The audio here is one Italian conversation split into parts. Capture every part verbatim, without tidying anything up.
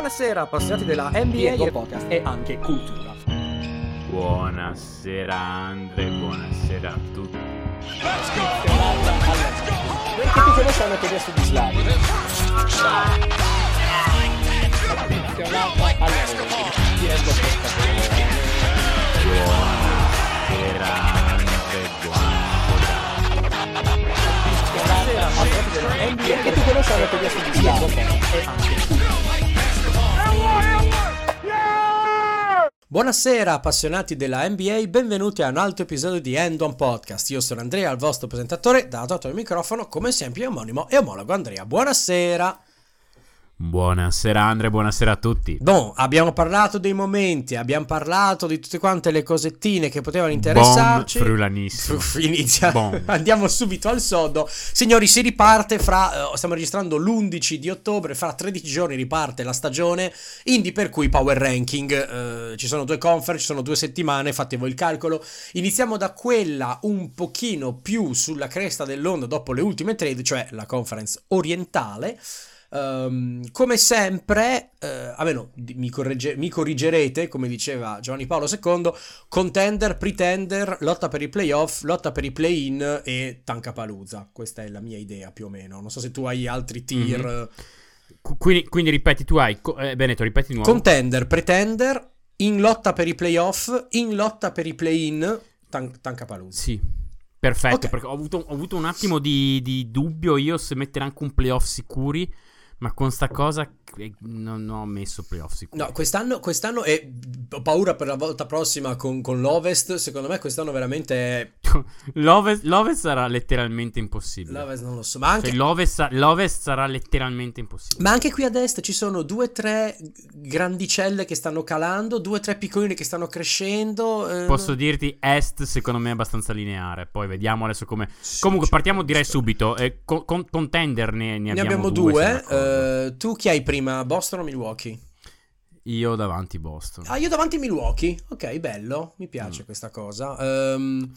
Buonasera appassionati della N B A e podcast e anche cultura. Buonasera Andre, buonasera a tutti. Let's go! Let's go! Che cosa hanno chiesto di Slav? Buonasera Andre, Buonasera appassionati della N B A e tu cosa hanno chiesto di Slav? E anche Buonasera appassionati della N B A, benvenuti a un altro episodio di End On Podcast. Io sono Andrea, il vostro presentatore, dato al microfono, come sempre omonimo e omologo Andrea. Buonasera. Buonasera Andre, buonasera a tutti. Bon, abbiamo parlato dei momenti, abbiamo parlato di tutte quante le cosettine che potevano interessarci. Bom frulanissimo. Inizia. Bon. Andiamo subito al sodo. Signori, si riparte fra, stiamo registrando l'undici di ottobre, fra tredici giorni riparte la stagione indie, per cui Power Ranking, eh, ci sono due conference, ci sono due settimane, fate voi il calcolo. Iniziamo da quella un pochino più sulla cresta dell'onda dopo le ultime trade, cioè la conference orientale. Um, come sempre, uh, almeno mi, corregge, mi corrigerete, come diceva Giovanni Paolo secondo, contender, pretender, lotta per i playoff, lotta per i play-in e Tankapalooza. Questa è la mia idea più o meno. Non so se tu hai altri tier. Mm-hmm. Quindi, quindi ripeti, tu hai eh, Benetto, ripeti di nuovo. Contender, pretender, in lotta per i playoff, in lotta per i play-in, tan- Tankapalooza. Sì, perfetto, okay. Perché ho avuto, ho avuto un attimo di, di dubbio io se mettere anche un playoff sicuri. Ma con sta cosa non, non ho messo playoff sicuro. No, quest'anno, quest'anno è, ho paura per la volta prossima con, con l'Ovest. Secondo me quest'anno veramente è... L'Ovest, L'Ovest sarà letteralmente impossibile. L'Ovest non lo so, ma anche... Cioè, l'Ovest, L'Ovest sarà letteralmente impossibile. Ma anche qui ad est ci sono due o tre grandicelle che stanno calando, due o tre piccoline che stanno crescendo. eh, Posso dirti est secondo me è abbastanza lineare. Poi vediamo adesso come... Sì, Comunque partiamo direi subito. eh, con, con, Contender ne, ne, ne abbiamo, abbiamo due, due. Uh, tu chi hai prima, Boston o Milwaukee? Io davanti Boston. Ah, io davanti Milwaukee. Ok, bello, mi piace mm. questa cosa. um,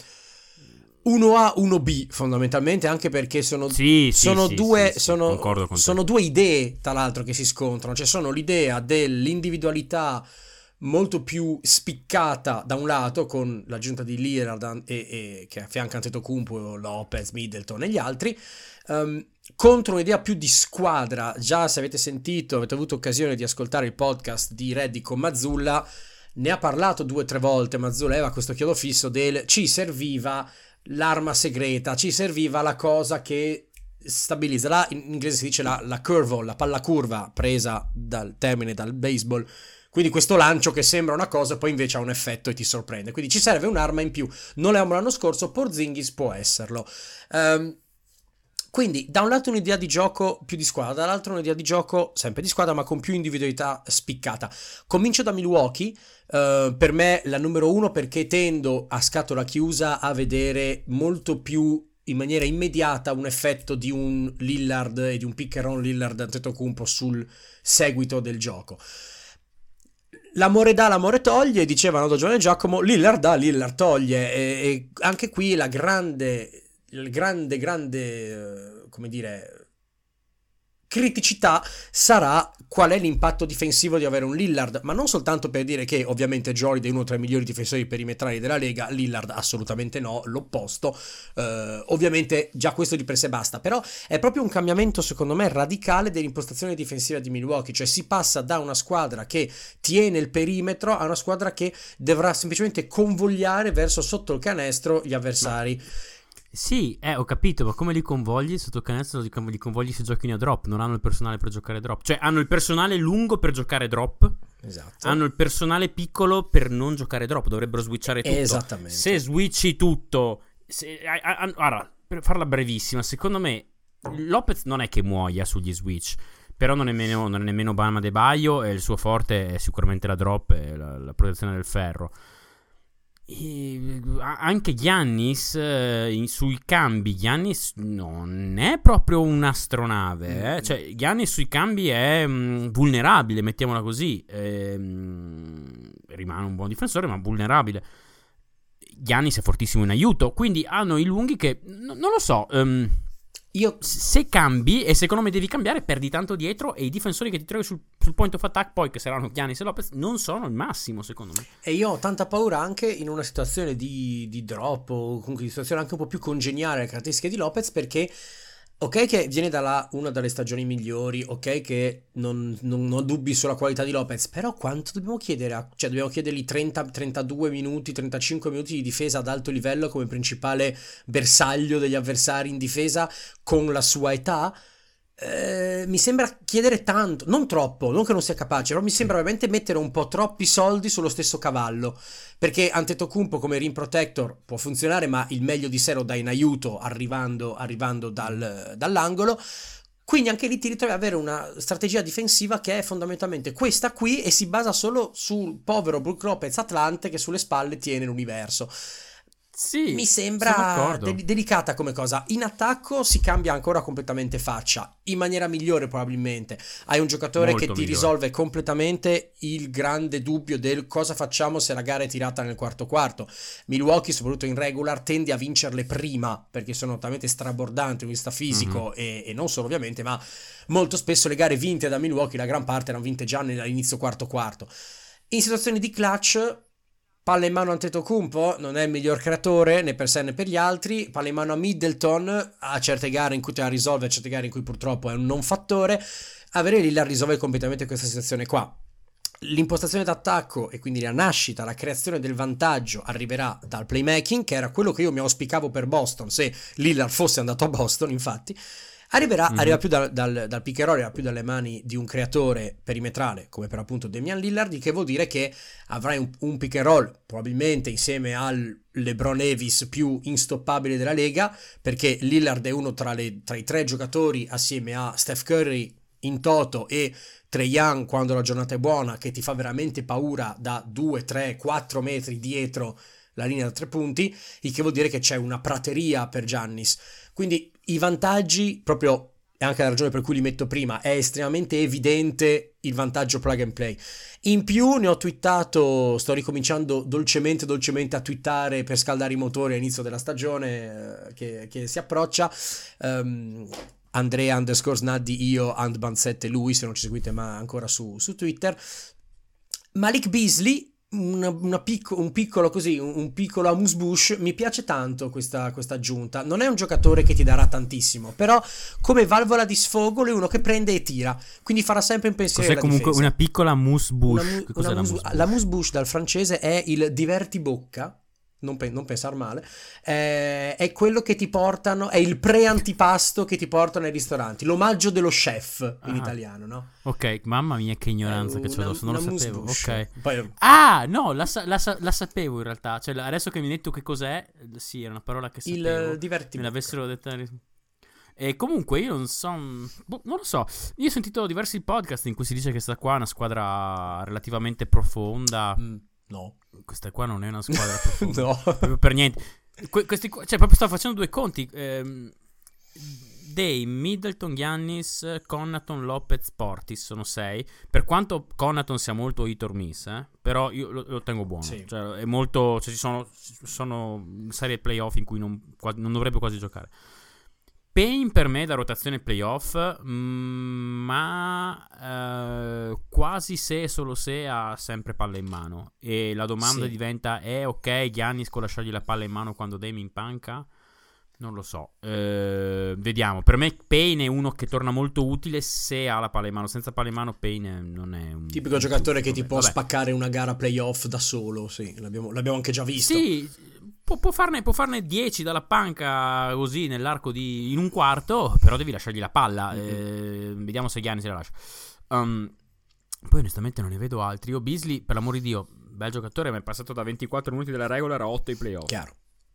uno A, uno B fondamentalmente, anche perché sono, sì, sono sì, due sì, sì, sono, concordo con sono due idee tra l'altro che si scontrano. Cioè sono l'idea dell'individualità molto più spiccata da un lato, con l'aggiunta di Lillard e, e che affianca Antetokounmpo, Lopez, Middleton e gli altri, um, contro un'idea più di squadra. Già, se avete sentito, avete avuto occasione di ascoltare il podcast di Reddy con Mazzulla, ne ha parlato due o tre volte. Mazzulla aveva questo chiodo fisso del ci serviva l'arma segreta, ci serviva la cosa che stabilizza, la, in inglese si dice la, la curve, la palla curva presa dal termine dal baseball, quindi questo lancio che sembra una cosa poi invece ha un effetto e ti sorprende, quindi ci serve un'arma in più. Non l'avevamo l'anno scorso, Porzingis può esserlo. um, Quindi da un lato un'idea di gioco più di squadra, dall'altro un'idea di gioco sempre di squadra ma con più individualità spiccata. Comincio da Milwaukee, uh, per me la numero uno, perché tendo a scatola chiusa a vedere molto più in maniera immediata un effetto di un Lillard e di un pick and roll Lillard Antetokounmpo sul seguito del gioco. L'amore dà, l'amore toglie, dicevano da Giovanni Giacomo, Lillard dà, Lillard toglie, e, e anche qui la grande... il grande grande come dire criticità sarà qual è l'impatto difensivo di avere un Lillard, ma non soltanto per dire che ovviamente Jordan è uno tra i migliori difensori perimetrali della Lega, Lillard assolutamente no, l'opposto. Uh, ovviamente già questo di per sé basta, però è proprio un cambiamento secondo me radicale dell'impostazione difensiva di Milwaukee. Cioè si passa da una squadra che tiene il perimetro a una squadra che dovrà semplicemente convogliare verso sotto il canestro gli avversari. Ma... Sì, eh, ho capito, ma come li convogli sotto il canestro? Li convogli se giochino a drop. Non hanno il personale per giocare drop. Cioè hanno il personale lungo per giocare drop. Esatto. Hanno il personale piccolo per non giocare drop. Dovrebbero switchare tutto. Esattamente. Se switchi tutto se, a, a, a, Allora, per farla brevissima, secondo me Lopez non è che muoia sugli switch, però non è nemmeno, non è nemmeno Bam Adebayo, e il suo forte è sicuramente la drop e la, la protezione del ferro. E anche Giannis, eh, in, sui cambi Giannis non è proprio un'astronave, eh? Cioè Giannis sui cambi è mh, vulnerabile, mettiamola così, eh, mh, rimane un buon difensore ma vulnerabile. Giannis è fortissimo in aiuto, quindi hanno i lunghi che n- non lo so, um, Io... Se cambi, e secondo me devi cambiare, perdi tanto dietro, e i difensori che ti trovi sul, sul point of attack, poi che saranno Giannis e Lopez, non sono il massimo, secondo me. E io ho tanta paura anche in una situazione di, di drop, o comunque di situazione anche un po' più congeniale alle caratteristiche di Lopez, perché ok che viene dalla una delle stagioni migliori, ok che non, non, non ho dubbi sulla qualità di Lopez, però quanto dobbiamo chiedere? A, cioè dobbiamo chiedergli trenta trentadue minuti, trentacinque minuti di difesa ad alto livello come principale bersaglio degli avversari in difesa con la sua età? Eh, mi sembra chiedere tanto, non troppo, non che non sia capace, però mi sembra veramente mettere un po' troppi soldi sullo stesso cavallo, perché Antetokounmpo come rim protector può funzionare, ma il meglio di sé lo dà in aiuto arrivando, arrivando dal, dall'angolo, quindi anche lì ti ritrovi ad avere una strategia difensiva che è fondamentalmente questa qui e si basa solo sul povero Brook Lopez Atlante che sulle spalle tiene l'universo. Sì, mi sembra de- delicata come cosa. In attacco si cambia ancora completamente faccia, in maniera migliore probabilmente. Hai un giocatore Molto che ti migliore. risolve completamente il grande dubbio del cosa facciamo se la gara è tirata nel quarto quarto. Milwaukee, soprattutto in regular, tende a vincerle prima perché sono talmente strabordanti in vista fisico mm-hmm. e, e non solo ovviamente, ma molto spesso le gare vinte da Milwaukee, la gran parte erano vinte già all'inizio quarto quarto. In situazioni di clutch, palla in mano a Antetokounmpo, non è il miglior creatore né per sé né per gli altri, palla in mano a Middleton, a certe gare in cui te la risolve, a certe gare in cui purtroppo è un non fattore. Avere Lillard risolve completamente questa situazione qua. L'impostazione d'attacco e quindi la nascita, la creazione del vantaggio arriverà dal playmaking, che era quello che io mi auspicavo per Boston se Lillard fosse andato a Boston, infatti. Arriverà, mm-hmm. arriva più dal, dal, dal pick and roll, arriva più dalle mani di un creatore perimetrale come per appunto Damian Lillard, che vuol dire che avrai un, un pick and roll probabilmente insieme al LeBron Davis più instoppabile della Lega, perché Lillard è uno tra, le, tra i tre giocatori assieme a Steph Curry in toto e Trae Young quando la giornata è buona, che ti fa veramente paura da due, tre, quattro metri dietro la linea da tre punti, il che vuol dire che c'è una prateria per Giannis. Quindi i vantaggi, proprio è anche la ragione per cui li metto prima, è estremamente evidente il vantaggio plug and play. In più ne ho twittato, sto ricominciando dolcemente dolcemente a twittare per scaldare i motori all'inizio della stagione eh, che, che si approccia. Um, Andrea underscore Snaddi, io, Handband sette lui, se non ci seguite ma ancora su, su Twitter. Malik Beasley, Una, una picco, un piccolo così, un, un piccolo amuse bush, mi piace tanto questa, questa aggiunta. Non è un giocatore che ti darà tantissimo, però come valvola di sfogo è uno che prende e tira, quindi farà sempre in pensiero. Cos'è la comunque difesa. Una piccola amuse bush? Una, che cos'è una la mus- amuse bush? la amuse bush dal francese è il divertibocca. Non, pe- non pensar male, eh, è quello che ti portano, è il pre-antipasto che ti portano ai ristoranti, l'omaggio dello chef in ah, italiano, no? Ok, mamma mia che ignoranza eh, che c'ho addosso, non lo sapevo. Ok. Poi... Ah, no, la, sa- la, sa- la sapevo in realtà, cioè adesso che mi hai detto che cos'è, sì, era una parola che sapevo. Il divertibocca. Me l'avessero detta. E comunque io non so, boh, non lo so, io ho sentito diversi podcast in cui si dice che questa qua è una squadra relativamente profonda. Mm. No, questa qua non è una squadra profonda. No, proprio per niente. Que- questi qua, cioè, proprio sto facendo due conti. Ehm, Dame, Middleton, Giannis, Connaughton, Lopez, Portis sono sei. Per quanto Connaughton sia molto hit or miss, eh, però io lo, lo tengo buono. Sì. Cioè, è molto. Cioè, ci sono, sono serie playoff in cui non, quasi, non dovrebbe quasi giocare. Payne per me da rotazione playoff, mh, ma eh, quasi se e solo se ha sempre palla in mano. E la domanda sì. diventa: è ok Giannis con lasciargli la palla in mano quando Dame in panca? Non lo so, eh, vediamo. Per me Payne è uno che torna molto utile se ha la palla in mano. Senza palla in mano Payne non è un tipico un giocatore tutto, che ti può vabbè. spaccare una gara playoff da solo. Sì, l'abbiamo, l'abbiamo anche già visto. Sì, può, può farne può farne dieci dalla panca così nell'arco di in un quarto, però devi lasciargli la palla. Mm-hmm. eh, vediamo se Giannis se la lascia. Um, poi onestamente non ne vedo altri. Io Beasley, per l'amor di Dio, bel giocatore, ma è passato da ventiquattro minuti della regular a otto ai playoff. Chiaro.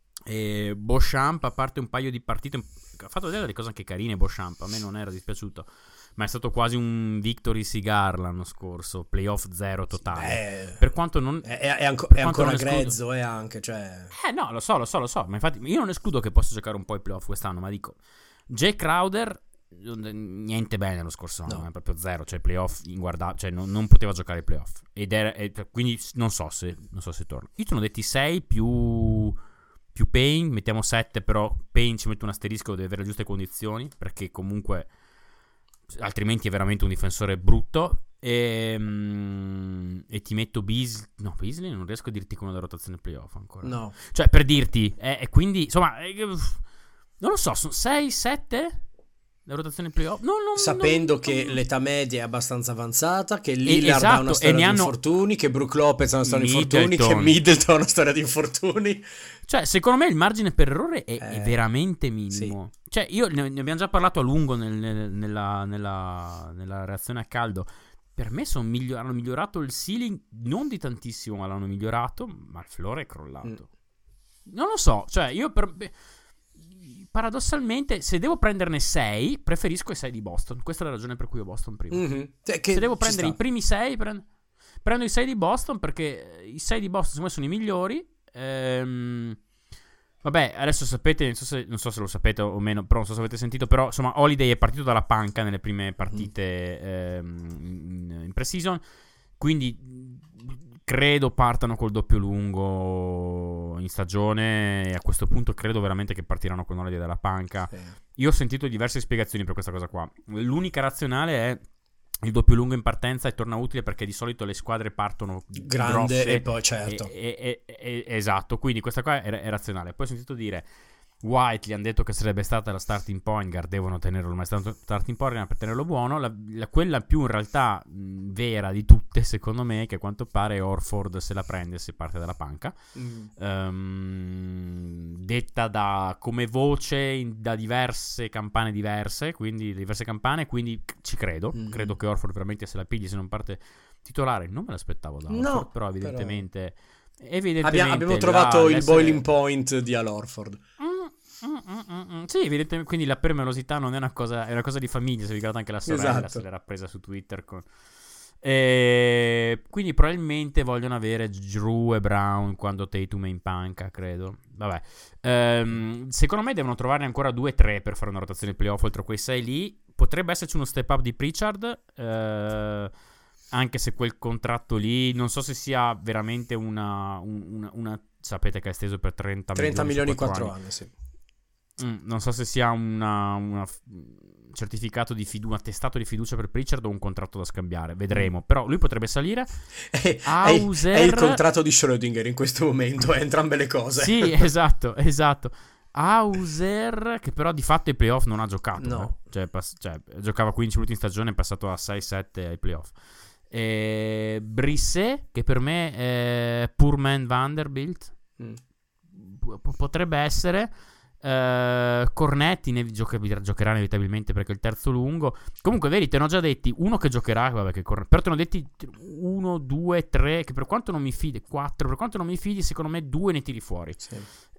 E Beauchamp, a parte un paio di partite, ha fatto delle cose anche carine Beauchamp, a me non era dispiaciuto, ma è stato quasi un victory cigar l'anno scorso, playoff zero totale. Beh, per quanto non è, è, anco, per è quanto ancora non grezzo, è anche, cioè... Eh no, lo so, lo so, lo so, ma infatti io non escludo che possa giocare un po' i playoff quest'anno, ma dico, Jay Crowder niente bene lo scorso anno, no. È proprio zero, cioè playoff inguardabile, cioè non, non poteva giocare i playoff ed era, e, quindi non so se non so se torna. Io te ne ho detti sei più più Payne, mettiamo sette, però Payne ci metto un asterisco, deve avere le giuste condizioni, perché comunque altrimenti è veramente un difensore brutto. E, mm, e ti metto Beasley. No, Beasley non riesco a dirti come la rotazione playoff ancora. No. Cioè, per dirti, e eh, quindi, insomma, eh, non lo so, sono sei sette la rotazione playoff. No, non, Sapendo non, che non... l'età media è abbastanza avanzata, che Lillard esatto, ha una storia di hanno... infortuni, che Brook Lopez ha una storia di infortuni, Middleton. che Middleton ha una storia di infortuni. Cioè, secondo me il margine per errore è, eh, è veramente minimo. Sì. Cioè, io ne, ne abbiamo già parlato a lungo nel, nel, nella, nella, nella reazione a caldo. Per me son miglior- hanno migliorato il ceiling, non di tantissimo, ma l'hanno migliorato, ma il floor è crollato. Mm. Non lo so, cioè io per... paradossalmente, se devo prenderne sei, preferisco i sei di Boston. Questa è la ragione per cui ho Boston prima. Mm-hmm. Cioè, che se devo prendere sta. i primi sei, prendo, prendo i sei di Boston, perché i sei di Boston secondo me sono i migliori. Ehm... Vabbè, adesso sapete, non so, se, non so se lo sapete o meno, però non so se avete sentito, però insomma Holiday è partito dalla panca nelle prime partite mm. ehm, in, in pre-season, quindi credo partano col doppio lungo in stagione, e a questo punto credo veramente che partiranno con Holiday dalla panca. Sì. Io ho sentito diverse spiegazioni per questa cosa qua. L'unica razionale è il doppio lungo in partenza e torna utile perché di solito le squadre partono grande grosse, e poi certo e, e, e, e, esatto, quindi questa qua è, è razionale. Poi ho sentito dire White, gli hanno detto che sarebbe stata la starting point guard, devono tenerlo ormai starting point guard per tenerlo buono. La, la, quella più in realtà mh, vera di tutte secondo me, che a quanto pare Horford se la prende se parte dalla panca, mm. um, detta da come voce in, da diverse campane diverse, quindi diverse campane, quindi ci credo, mm. credo che Horford veramente se la pigli se non parte titolare. Non me l'aspettavo da Horford, no, però evidentemente, però... evidentemente abbiamo, abbiamo trovato la, il l'essere... boiling point di Al Horford. Mm. Mm, mm, mm, mm. Sì, evidentemente, quindi la permelosità non è una cosa, è una cosa di famiglia. Se vi ricordate, anche la sorella esatto. se l'era presa su Twitter con... e quindi probabilmente vogliono avere Drew e Brown quando Tatum è in panca, credo. Vabbè, ehm, secondo me devono trovarne ancora due o tre per fare una rotazione playoff oltre a quei sei lì. Potrebbe esserci uno step up di Pritchard, eh, anche se quel contratto lì non so se sia veramente una, una, una sapete che è esteso per trenta, trenta milioni in quattro anni, anni sì. Mm, non so se sia una, una un certificato di fiducia, un attestato di fiducia per Pritchard o un contratto da scambiare, vedremo. Però lui potrebbe salire. È, Hauser... è, è il contratto di Schrödinger in questo momento, è entrambe le cose. Sì, esatto, esatto. Hauser, che però di fatto ai playoff non ha giocato, no. eh? cioè, pass- cioè giocava quindici minuti in stagione, è passato a sei sette ai playoff. E Brisset, che per me è poor man Vanderbilt, mm. P- potrebbe essere. Uh, Cornetti ne gioca- giocherà inevitabilmente perché è il terzo lungo. Comunque vedi, te ne ho già detti uno che giocherà, vabbè, che corre- però te ne ho detti uno, due, tre, che per quanto non mi fidi, quattro, per quanto non mi fidi, secondo me due ne tiri fuori. Sì.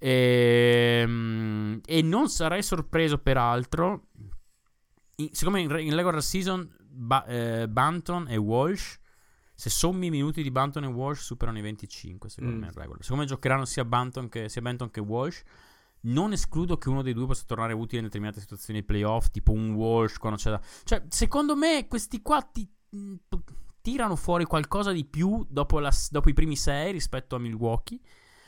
E, um, e non sarei sorpreso peraltro in, secondo me in, in regular season ba- eh, Banton e Walsh, se sommi i minuti di Banton e Walsh superano i venticinque secondo mm. me in regular. Secondo me giocheranno sia Banton che, sia Banton che Walsh. Non escludo che uno dei due possa tornare utile in determinate situazioni di playoff, tipo un Walsh quando c'è da... Cioè, secondo me questi qua ti, tirano fuori qualcosa di più dopo, la, dopo i primi sei rispetto a Milwaukee.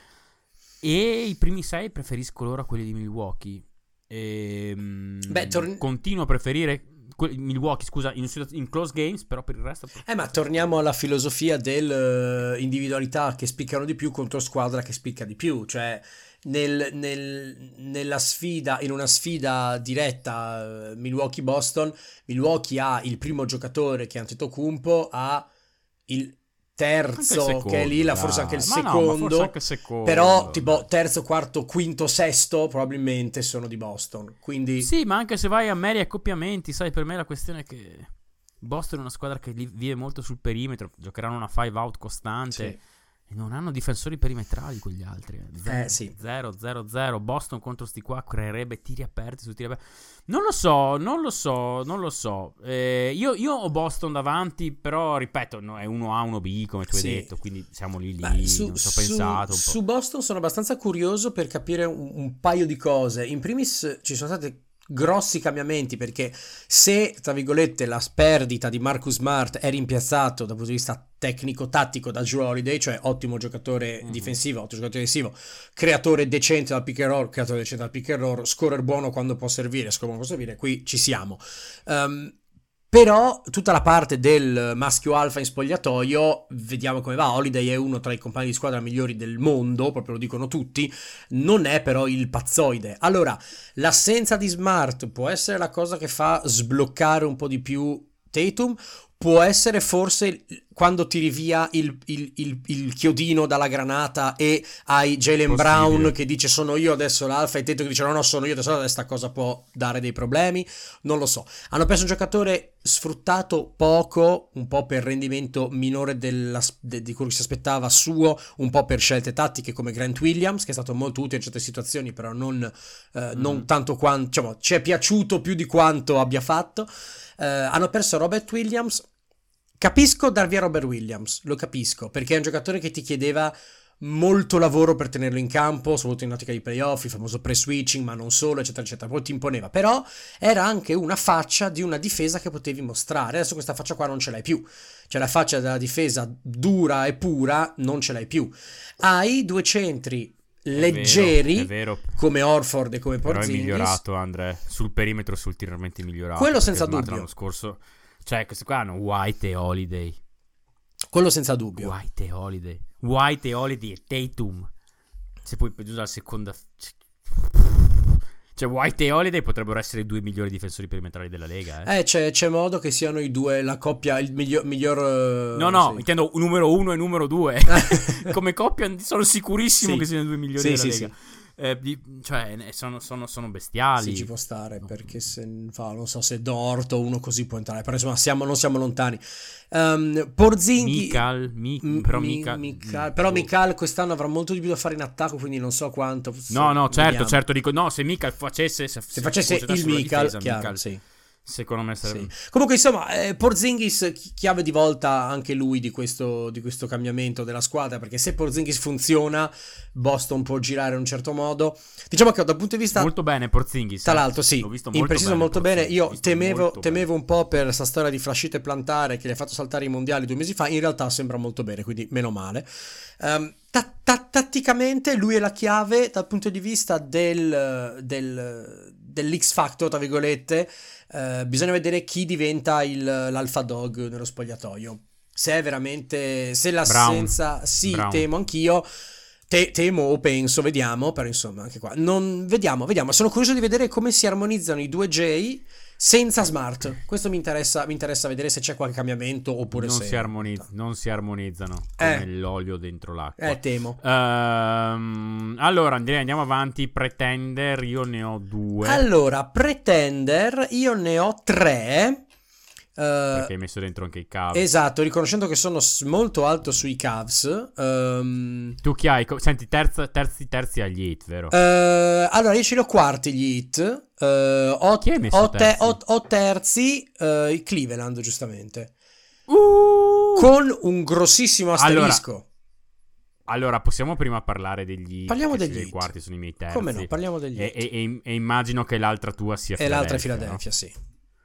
E i primi sei preferisco loro a quelli di Milwaukee. E, Beh, tor- continuo a preferire que- Milwaukee, scusa, in, in close games, però per il resto... Eh, ma torniamo alla filosofia del uh, individualità che spiccano di più contro squadra che spicca di più, cioè... Nel, nel, nella sfida, in una sfida diretta uh, Milwaukee-Boston, Milwaukee ha il primo giocatore che è Antetokounmpo, ha il terzo il secondo, che è lì, la, forse anche il ma secondo, no, forse anche il secondo, però tipo terzo, quarto, quinto, sesto probabilmente sono di Boston, quindi sì, ma anche se vai a meri accoppiamenti, sai, per me la questione è che Boston è una squadra che vive molto sul perimetro, giocheranno una five out costante. Sì. E non hanno difensori perimetrali quegli altri. Zero, eh, sì. zero, zero, zero. Boston contro sti qua creerebbe tiri aperti su tiri aperti. Non lo so, non lo so, non lo so. Eh, io, io ho Boston davanti, però ripeto, no, è uno A, uno B, come tu hai sì. detto, quindi siamo lì lì, Beh, su, non ci ho su, pensato un su Boston sono abbastanza curioso per capire un, un paio di cose. In primis ci sono state grossi cambiamenti, perché se, tra virgolette, la perdita di Marcus Smart è rimpiazzato dal punto di vista tecnico-tattico da Jrue Holiday, cioè ottimo giocatore mm-hmm. difensivo, ottimo giocatore difensivo, creatore decente dal pick and roll, creatore decente dal pick and roll, scorer buono quando può servire, scorer buono può servire, qui ci siamo. Um, Però tutta la parte del maschio alfa in spogliatoio, vediamo come va. Holiday è uno tra i compagni di squadra migliori del mondo, proprio lo dicono tutti, non è però il pazzoide. Allora, l'assenza di Smart può essere la cosa che fa sbloccare un po' di più Tatum, può essere forse quando tiri via il, il, il, il chiodino dalla granata e hai Jaylen Brown che dice sono io adesso l'alfa e Tatum che dice no no sono io adesso, questa cosa può dare dei problemi, non lo so. Hanno perso un giocatore sfruttato poco, un po' per rendimento minore della, de, di quello che si aspettava suo, un po' per scelte tattiche come Grant Williams, che è stato molto utile in certe situazioni, però non, eh, mm. non tanto quanto, diciamo, ci è piaciuto più di quanto abbia fatto. Eh, hanno perso Robert Williams. Capisco dar via Robert Williams, lo capisco, perché è un giocatore che ti chiedeva molto lavoro per tenerlo in campo, soprattutto in ottica di playoff, il famoso pre-switching, ma non solo, eccetera, eccetera, poi ti imponeva, però era anche una faccia di una difesa che potevi mostrare. Adesso questa faccia qua non ce l'hai più, cioè la faccia della difesa dura e pura non ce l'hai più. Hai due centri leggeri, è vero, è vero. Come Horford e come Porzingis. Però è migliorato, Andre, sul perimetro è ulteriormente migliorato. Quello senza dubbio. L'anno scorso, cioè questi qua hanno White e Holiday. Quello senza dubbio. White e Holiday. White e Holiday e Tatum. Se poi giù dalla seconda, cioè White e Holiday potrebbero essere i due migliori difensori perimetrali della Lega. Eh, eh c'è, c'è modo che siano i due, la coppia, il miglior... miglior no, no, sì. intendo numero uno e numero due. Come coppia sono sicurissimo sì. che siano i due migliori sì, della sì, Lega. Sì. Eh, di, cioè sono, sono, sono bestiali. Sì, ci può stare, no. Perché se fa, non so se Dort o uno così può entrare, però insomma siamo, non siamo lontani. um, Porzingis Mikal, mi, però, mi, Mikal, Mikal, però Mikal quest'anno avrà molto di più da fare in attacco, quindi non so quanto. No, no, certo, vediamo. certo, dico, no, se Mikal facesse se, se facesse il Mikal, difesa, chiaro, Mikal, sì. Secondo me sarebbe... sì. Comunque insomma eh, Porzingis chiave di volta anche lui di questo, di questo cambiamento della squadra, perché se Porzingis funziona Boston può girare in un certo modo. Diciamo che dal punto di vista molto bene Porzingis, tra l'altro sì, visto in preciso molto bene, molto bene. Io visto temevo, temevo bene. un po' per questa storia di Flashite e Plantare che gli ha fatto saltare i mondiali due mesi fa, in realtà sembra molto bene, quindi meno male. um, ta- ta- tatticamente lui è la chiave dal punto di vista del, del dell'X Factor, tra virgolette. Uh, bisogna vedere chi diventa il, l'alfa dog nello spogliatoio. Se è veramente, se l'assenza Brown. sì Brown. temo anch'io Te, temo o penso, vediamo, però insomma anche qua non vediamo, vediamo. Sono curioso di vedere come si armonizzano i due J senza Smart. Questo mi interessa, mi interessa vedere se c'è qualche cambiamento oppure non se si armonizz- non si armonizzano come eh. l'olio dentro l'acqua. Eh, temo. Um, allora Andrea, andiamo avanti. Pretender, io ne ho due. Allora, Pretender, io ne ho tre. Uh, perché hai messo dentro anche i Cavs. Esatto, riconoscendo che sono molto alto sui Cavs. Um, tu chi hai? Senti, terza, terzi, terzi agli Heat, vero? Uh, allora, io ce li ho quarti gli Heat. Uh, ho, chi hai messo ho, terzi? Te, ho, ho terzi uh, i Cleveland, giustamente. Uh! Con un grossissimo asterisco. Allora, allora possiamo prima parlare degli Heat. Parliamo degli Heat. Heat. quarti sono i miei terzi. Come no, parliamo degli Heat. E, e, e immagino che l'altra tua sia e Philadelphia. l'altra è Philadelphia, no? sì.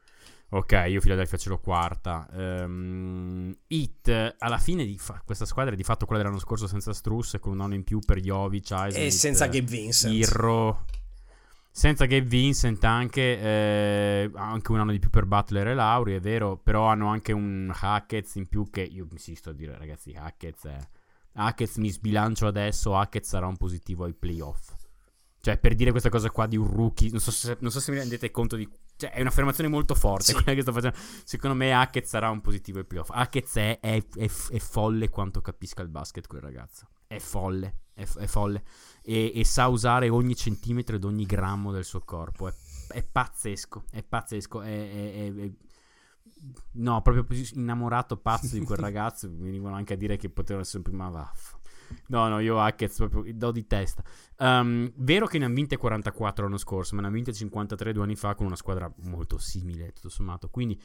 Ok, io Philadelphia ce l'ho quarta. um, Heat alla fine di fa- questa squadra è di fatto quella dell'anno scorso senza Struss, con un anno in più per Jovic, Highsmith, e senza Gabe Vincent, Irro, senza Gabe Vincent anche, eh, anche un anno di più per Butler e Lauri, è vero, però hanno anche un Hackett in più che io insisto a dire, ragazzi, Hackett è Hackett mi sbilancio adesso, Hackett sarà un positivo ai playoff. Cioè, per dire questa cosa qua di un rookie, non so se, non so se mi rendete conto di... Cioè, è un'affermazione molto forte, sì, quella che sto facendo. Secondo me Hackett sarà un positivo ai playoff. Hackett è, è, è, è folle quanto capisca il basket quel ragazzo. È folle, è, è folle. E, e sa usare ogni centimetro ed ogni grammo del suo corpo. È, è pazzesco, è pazzesco. È, è, è, è... No, proprio innamorato, pazzo di quel ragazzo. Mi venivano anche a dire che potevano essere prima vaffa. No, no, io Hackett proprio do di testa. Um, vero che ne hanno vinte quarantaquattro l'anno scorso, ma ne hanno vinte cinquantatré due anni fa con una squadra molto simile, tutto sommato. Quindi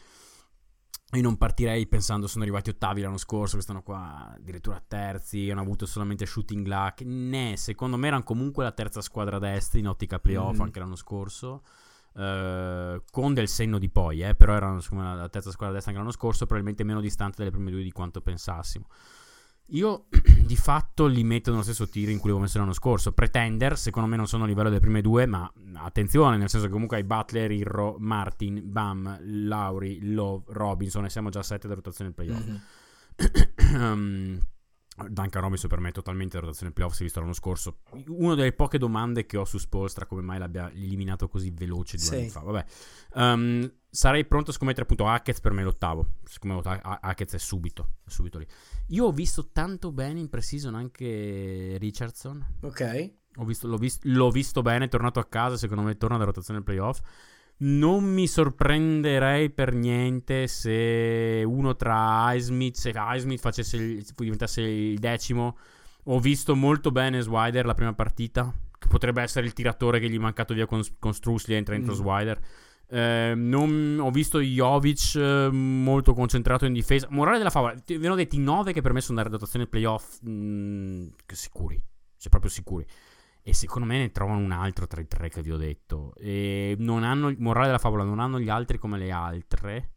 io non partirei pensando sono arrivati ottavi l'anno scorso, che stanno qua addirittura terzi, hanno avuto solamente shooting luck. Né, secondo me erano comunque la terza squadra a destra in ottica playoff mm. anche l'anno scorso. Uh, con del senno di poi, eh, però erano insomma, la terza squadra a destra anche l'anno scorso, probabilmente meno distante dalle prime due di quanto pensassimo. Io di fatto li metto nello stesso tiro in cui l'avevo messo l'anno scorso. Pretender, secondo me non sono a livello delle prime due, ma attenzione, nel senso che comunque hai Butler, Irro, Martin, Bam, Lauri, Love, Robinson, e siamo già a sette da rotazione del playoff. Mm-hmm. um, Duncan Robinson per me è totalmente da rotazione playoff, si è visto l'anno scorso. Una delle poche domande che ho su Spoelstra, come mai l'abbia eliminato così veloce due sì. anni fa. Vabbè, um, sarei pronto a scommettere appunto Hackett, per me l'ottavo. Secondo me Hackett è subito, è subito lì. Io ho visto tanto bene in pre-season anche Richardson. Ok. Ho visto, l'ho, visto, l'ho visto bene, è tornato a casa, secondo me torna da rotazione playoff. Non mi sorprenderei per niente se uno tra Highsmith, se Highsmith facesse il, diventasse il decimo. Ho visto molto bene Swider la prima partita, che potrebbe essere il tiratore che gli è mancato via con, con Strus, gli entra dentro mm. Swider. Eh, non, ho visto Jovic eh, molto concentrato in difesa. Morale della favola, ve ne ho detti nove che per me sono da rotazione playoff mh, sicuri, cioè proprio sicuri. E secondo me ne trovano un altro tra i tre che vi ho detto. E non hanno, morale della favola, non hanno gli altri come le altre,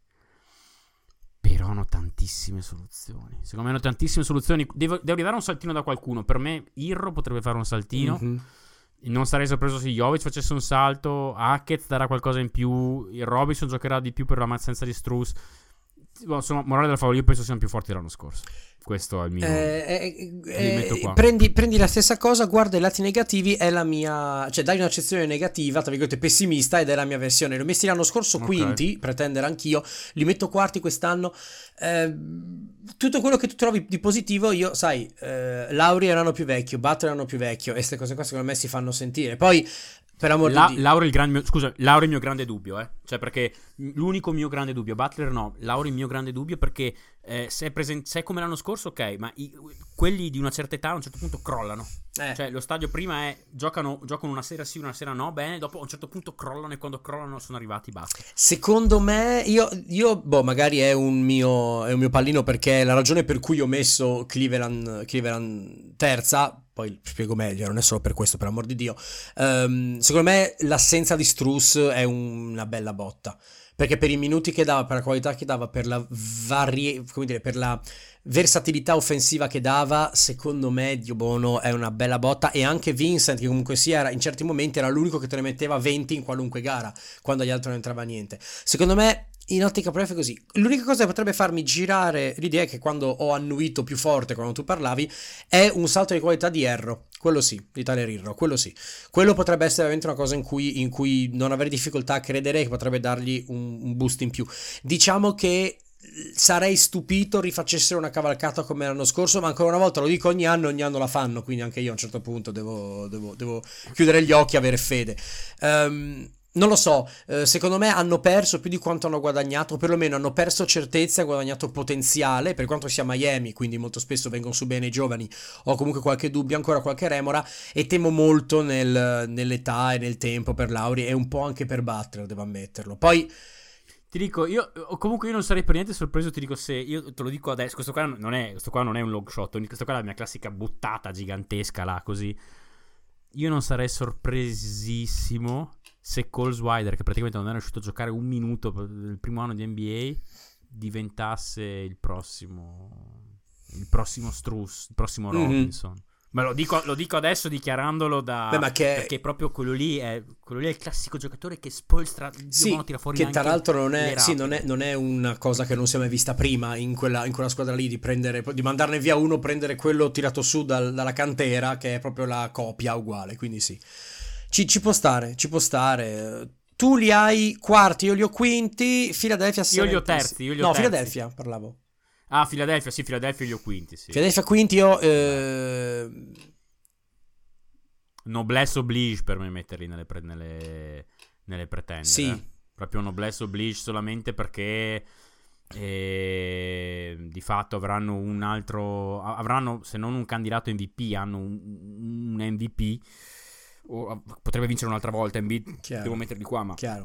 però hanno tantissime soluzioni. Secondo me hanno tantissime soluzioni. Devo, devo arrivare un saltino da qualcuno. Per me Irro potrebbe fare un saltino. Mm-hmm. Non sarei sorpreso se Jovic facesse un salto. Hackett darà qualcosa in più. Il Robinson giocherà di più per la mancanza di Strus. Insomma, morale della favola, io penso siano più forti dell'anno scorso. Questo è il mio. Eh, eh, prendi, prendi la stessa cosa, guarda i lati negativi, è la mia. Cioè, dai un'accezione negativa, tra virgolette pessimista, ed è la mia versione. Li ho messi l'anno scorso okay. quinti, pretendere anch'io. Li metto quarti quest'anno. Eh, tutto quello che tu trovi di positivo, io, sai, eh, Lauri è un anno più vecchio, Butler è un anno più vecchio, e queste cose qua secondo me si fanno sentire. Poi. Per amor La, di Dio. Lauri il gran mio, scusa, Lauri è il mio grande dubbio, eh. Cioè, perché l'unico mio grande dubbio, Butler no, Lauri il mio grande dubbio perché eh, se, è presen- se è come l'anno scorso, ok, ma i, quelli di una certa età a un certo punto crollano. Eh. Cioè, lo stadio prima è giocano, giocano una sera sì, una sera no, bene, dopo a un certo punto crollano e quando crollano sono arrivati, basta. Secondo me, io, io boh, magari è un mio è un mio pallino, perché la ragione per cui ho messo Cleveland, Cleveland terza, poi spiego meglio, non è solo per questo, per amor di Dio. Um, secondo me l'assenza di Strus è un, una bella botta, perché per i minuti che dava, per la qualità che dava, per la varie, come dire, per la versatilità offensiva che dava, secondo me Dio buono è una bella botta. E anche Vincent, che comunque sia era, in certi momenti era l'unico che te ne metteva venti in qualunque gara, quando agli altri non entrava niente. Secondo me in ottica playoff è così. L'unica cosa che potrebbe farmi girare l'idea è che quando ho annuito più forte quando tu parlavi è un salto di qualità di Erro, quello sì, di Tyler Herro, quello sì. Quello potrebbe essere veramente una cosa in cui, in cui non avere difficoltà a credere che potrebbe dargli un, un boost in più. Diciamo che sarei stupito rifacessero una cavalcata come l'anno scorso, ma ancora una volta lo dico ogni anno, ogni anno la fanno, quindi anche io a un certo punto devo, devo, devo chiudere gli occhi e avere fede. Um, Non lo so, eh, secondo me hanno perso più di quanto hanno guadagnato, o perlomeno hanno perso certezza e guadagnato potenziale, per quanto sia Miami, quindi molto spesso vengono su bene i giovani, ho comunque qualche dubbio, ancora qualche remora, e temo molto nel, nell'età e nel tempo per Lauri, e un po' anche per Butler, devo ammetterlo. Poi ti dico, io comunque io non sarei per niente sorpreso, ti dico, se io te lo dico adesso, questo qua non è, questo qua non è un long shot, questo qua è la mia classica buttata gigantesca là, così. Io non sarei sorpresissimo se Cole Swider, che praticamente non è riuscito a giocare un minuto nel primo anno di N B A, diventasse il prossimo il prossimo Strus, il prossimo Robinson. Mm-hmm. Ma lo dico, lo dico adesso dichiarandolo da Beh, ma che... perché proprio quello lì è quello lì è il classico giocatore che Spoelstra sì, tira fuori, che tra l'altro non è, sì, non è non è una cosa che non si è mai vista prima in quella, in quella squadra lì, di prendere, di mandarne via uno, prendere quello tirato su dal, dalla cantera, che è proprio la copia uguale, quindi sì. Ci, ci può stare, ci può stare. Tu li hai quarti, io li ho quinti. Philadelphia io li ho terzi, io li ho no, terzi. Philadelphia parlavo. Ah, Philadelphia, sì, Philadelphia li ho quinti, sì. Philadelphia quinti, io eh... noblesse oblige per me metterli nelle pre- nelle, nelle pretendere. Sì. Eh? Proprio noblesse oblige solamente perché e di fatto avranno un altro, avranno se non un candidato M V P, hanno un, un M V P. O potrebbe vincere un'altra volta Embiid, devo metterli qua, ma chiaro.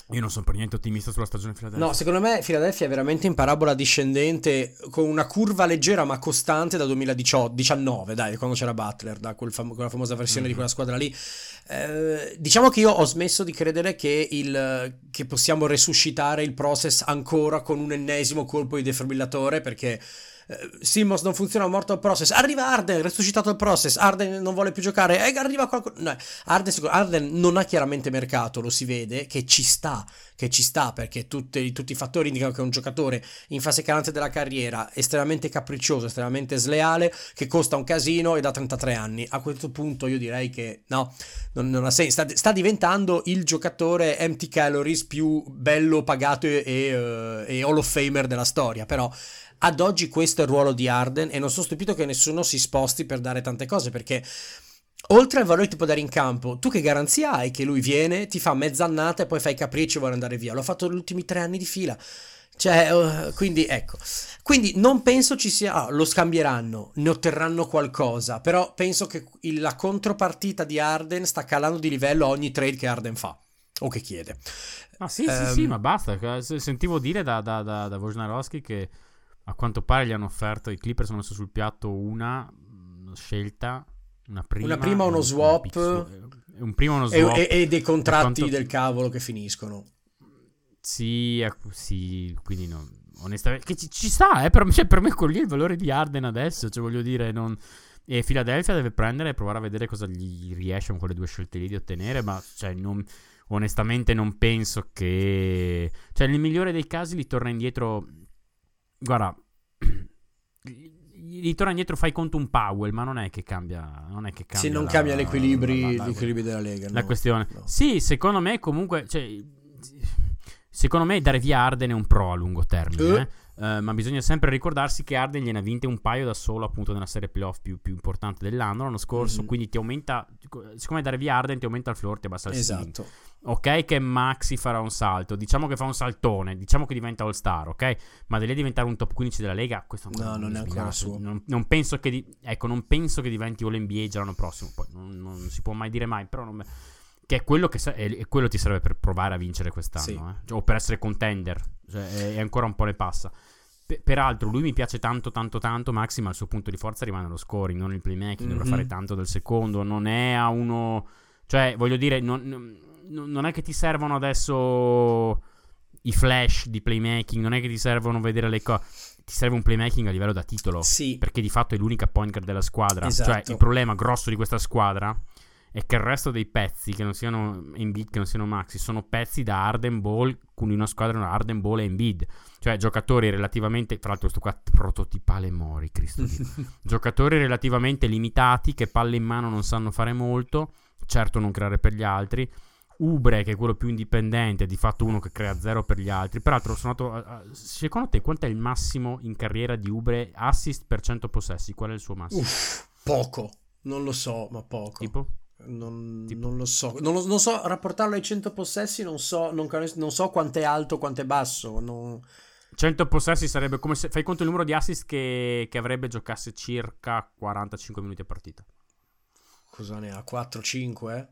Io non sono per niente ottimista sulla stagione Philadelphia. No, secondo me Philadelphia è veramente in parabola discendente, con una curva leggera ma costante da duemiladiciannove, dai, quando c'era Butler, da quel fam- quella famosa versione mm-hmm. di quella squadra lì. Eh, diciamo che io ho smesso di credere che, il, che possiamo resuscitare il process ancora con un ennesimo colpo di defibrillatore, perché Simmons non funziona, morto il process, arriva Harden, resuscitato il process, Harden non vuole più giocare, e arriva qualcuno, no, Harden, Harden non ha chiaramente mercato, lo si vede, che ci sta, che ci sta perché tutti, tutti i fattori indicano che è un giocatore in fase calante della carriera, estremamente capriccioso, estremamente sleale, che costa un casino e da trentatré anni. A questo punto io direi che no, non, non ha senso, sta, sta diventando il giocatore empty calories più bello pagato e, e, e Hall of Famer della storia, però ad oggi questo è il ruolo di Harden e non sono stupito che nessuno si sposti per dare tante cose, perché oltre al valore che ti può dare in campo, tu che garanzia hai che lui viene, ti fa mezz'annata e poi fai capricci e vuole andare via? L'ho fatto negli ultimi tre anni di fila, cioè uh, quindi ecco, quindi non penso ci sia, ah, lo scambieranno, ne otterranno qualcosa, però penso che il, la contropartita di Harden sta calando di livello ogni trade che Harden fa o che chiede. Ma sì, um, sì, sì, ma basta, sentivo dire da, da, da, da Wojnarowski che a quanto pare gli hanno offerto, i Clippers hanno messo sul piatto una, una scelta, una prima, una prima uno swap, un, un prima uno swap e, e, e dei contratti quanto... del cavolo che finiscono. Sì, sì, quindi no, onestamente che ci, ci sta, eh, per, cioè, per me quello lì è il valore di Harden adesso, cioè voglio dire, non... e Philadelphia deve prendere e provare a vedere cosa gli riesce con quelle due scelte lì di ottenere, ma cioè non... onestamente non penso che, cioè nel migliore dei casi li torna indietro. Guarda, gli torna indietro, fai conto un Powell, ma non è che cambia, non è che cambia. Sì, non la, cambia gli equilibri, la, la, la, gli equilibri della Lega. La no, questione. No. Sì, secondo me comunque, cioè, secondo me dare via Harden è un pro a lungo termine, uh. eh? Uh, ma bisogna sempre ricordarsi che Harden gliene ha vinte un paio da solo, appunto nella serie playoff più, più importante dell'anno, l'anno scorso, mm-hmm. quindi ti aumenta, siccome dare via Harden ti aumenta il floor, ti abbassa il esatto. ceiling. Ok che Maxi farà un salto, diciamo che fa un saltone, diciamo che diventa all star, ok? Ma da lì a diventare un top quindici della Lega, questo no, non è ancora suo. Non, non penso che di, ecco, non penso che diventi All N B A già l'anno prossimo, poi non, non si può mai dire mai, però non, che è quello che è, è quello ti serve per provare a vincere quest'anno, sì. eh? O per essere contender, cioè, è, è ancora un po' ne passa. P- peraltro lui mi piace tanto tanto tanto Maxi, ma il suo punto di forza rimane lo scoring, non il playmaking, mm-hmm. dovrà fare tanto del secondo, non è a uno, cioè voglio dire, non, non, non è che ti servono adesso i flash di playmaking, non è che ti servono vedere le cose, ti serve un playmaking a livello da titolo, sì. perché di fatto è l'unica point guard della squadra, esatto. Cioè il problema grosso di questa squadra è che il resto dei pezzi, che non siano Embiid, che non siano Maxi, sono pezzi da Harden Ball, con una squadra una Harden Ball e Embiid, cioè giocatori relativamente, tra l'altro sto qua prototipale Mori, Cristo Dio. Giocatori relativamente limitati, che palle in mano non sanno fare molto, certo non creare per gli altri. Oubre, che è quello più indipendente, di fatto uno che crea zero per gli altri. Peraltro sono andato a, a, secondo te quanto è il massimo in carriera di Oubre assist per cento possessi? Qual è il suo massimo? Uff, poco, non lo so, ma poco. Tipo? Non, non lo so, non, lo, non so rapportarlo ai cento possessi, non so, non, non so quanto è alto, quanto è basso. Non... cento possessi sarebbe come se fai conto il numero di assist che, che avrebbe giocasse circa quarantacinque minuti a partita. Cosa ne ha? quattro cinque?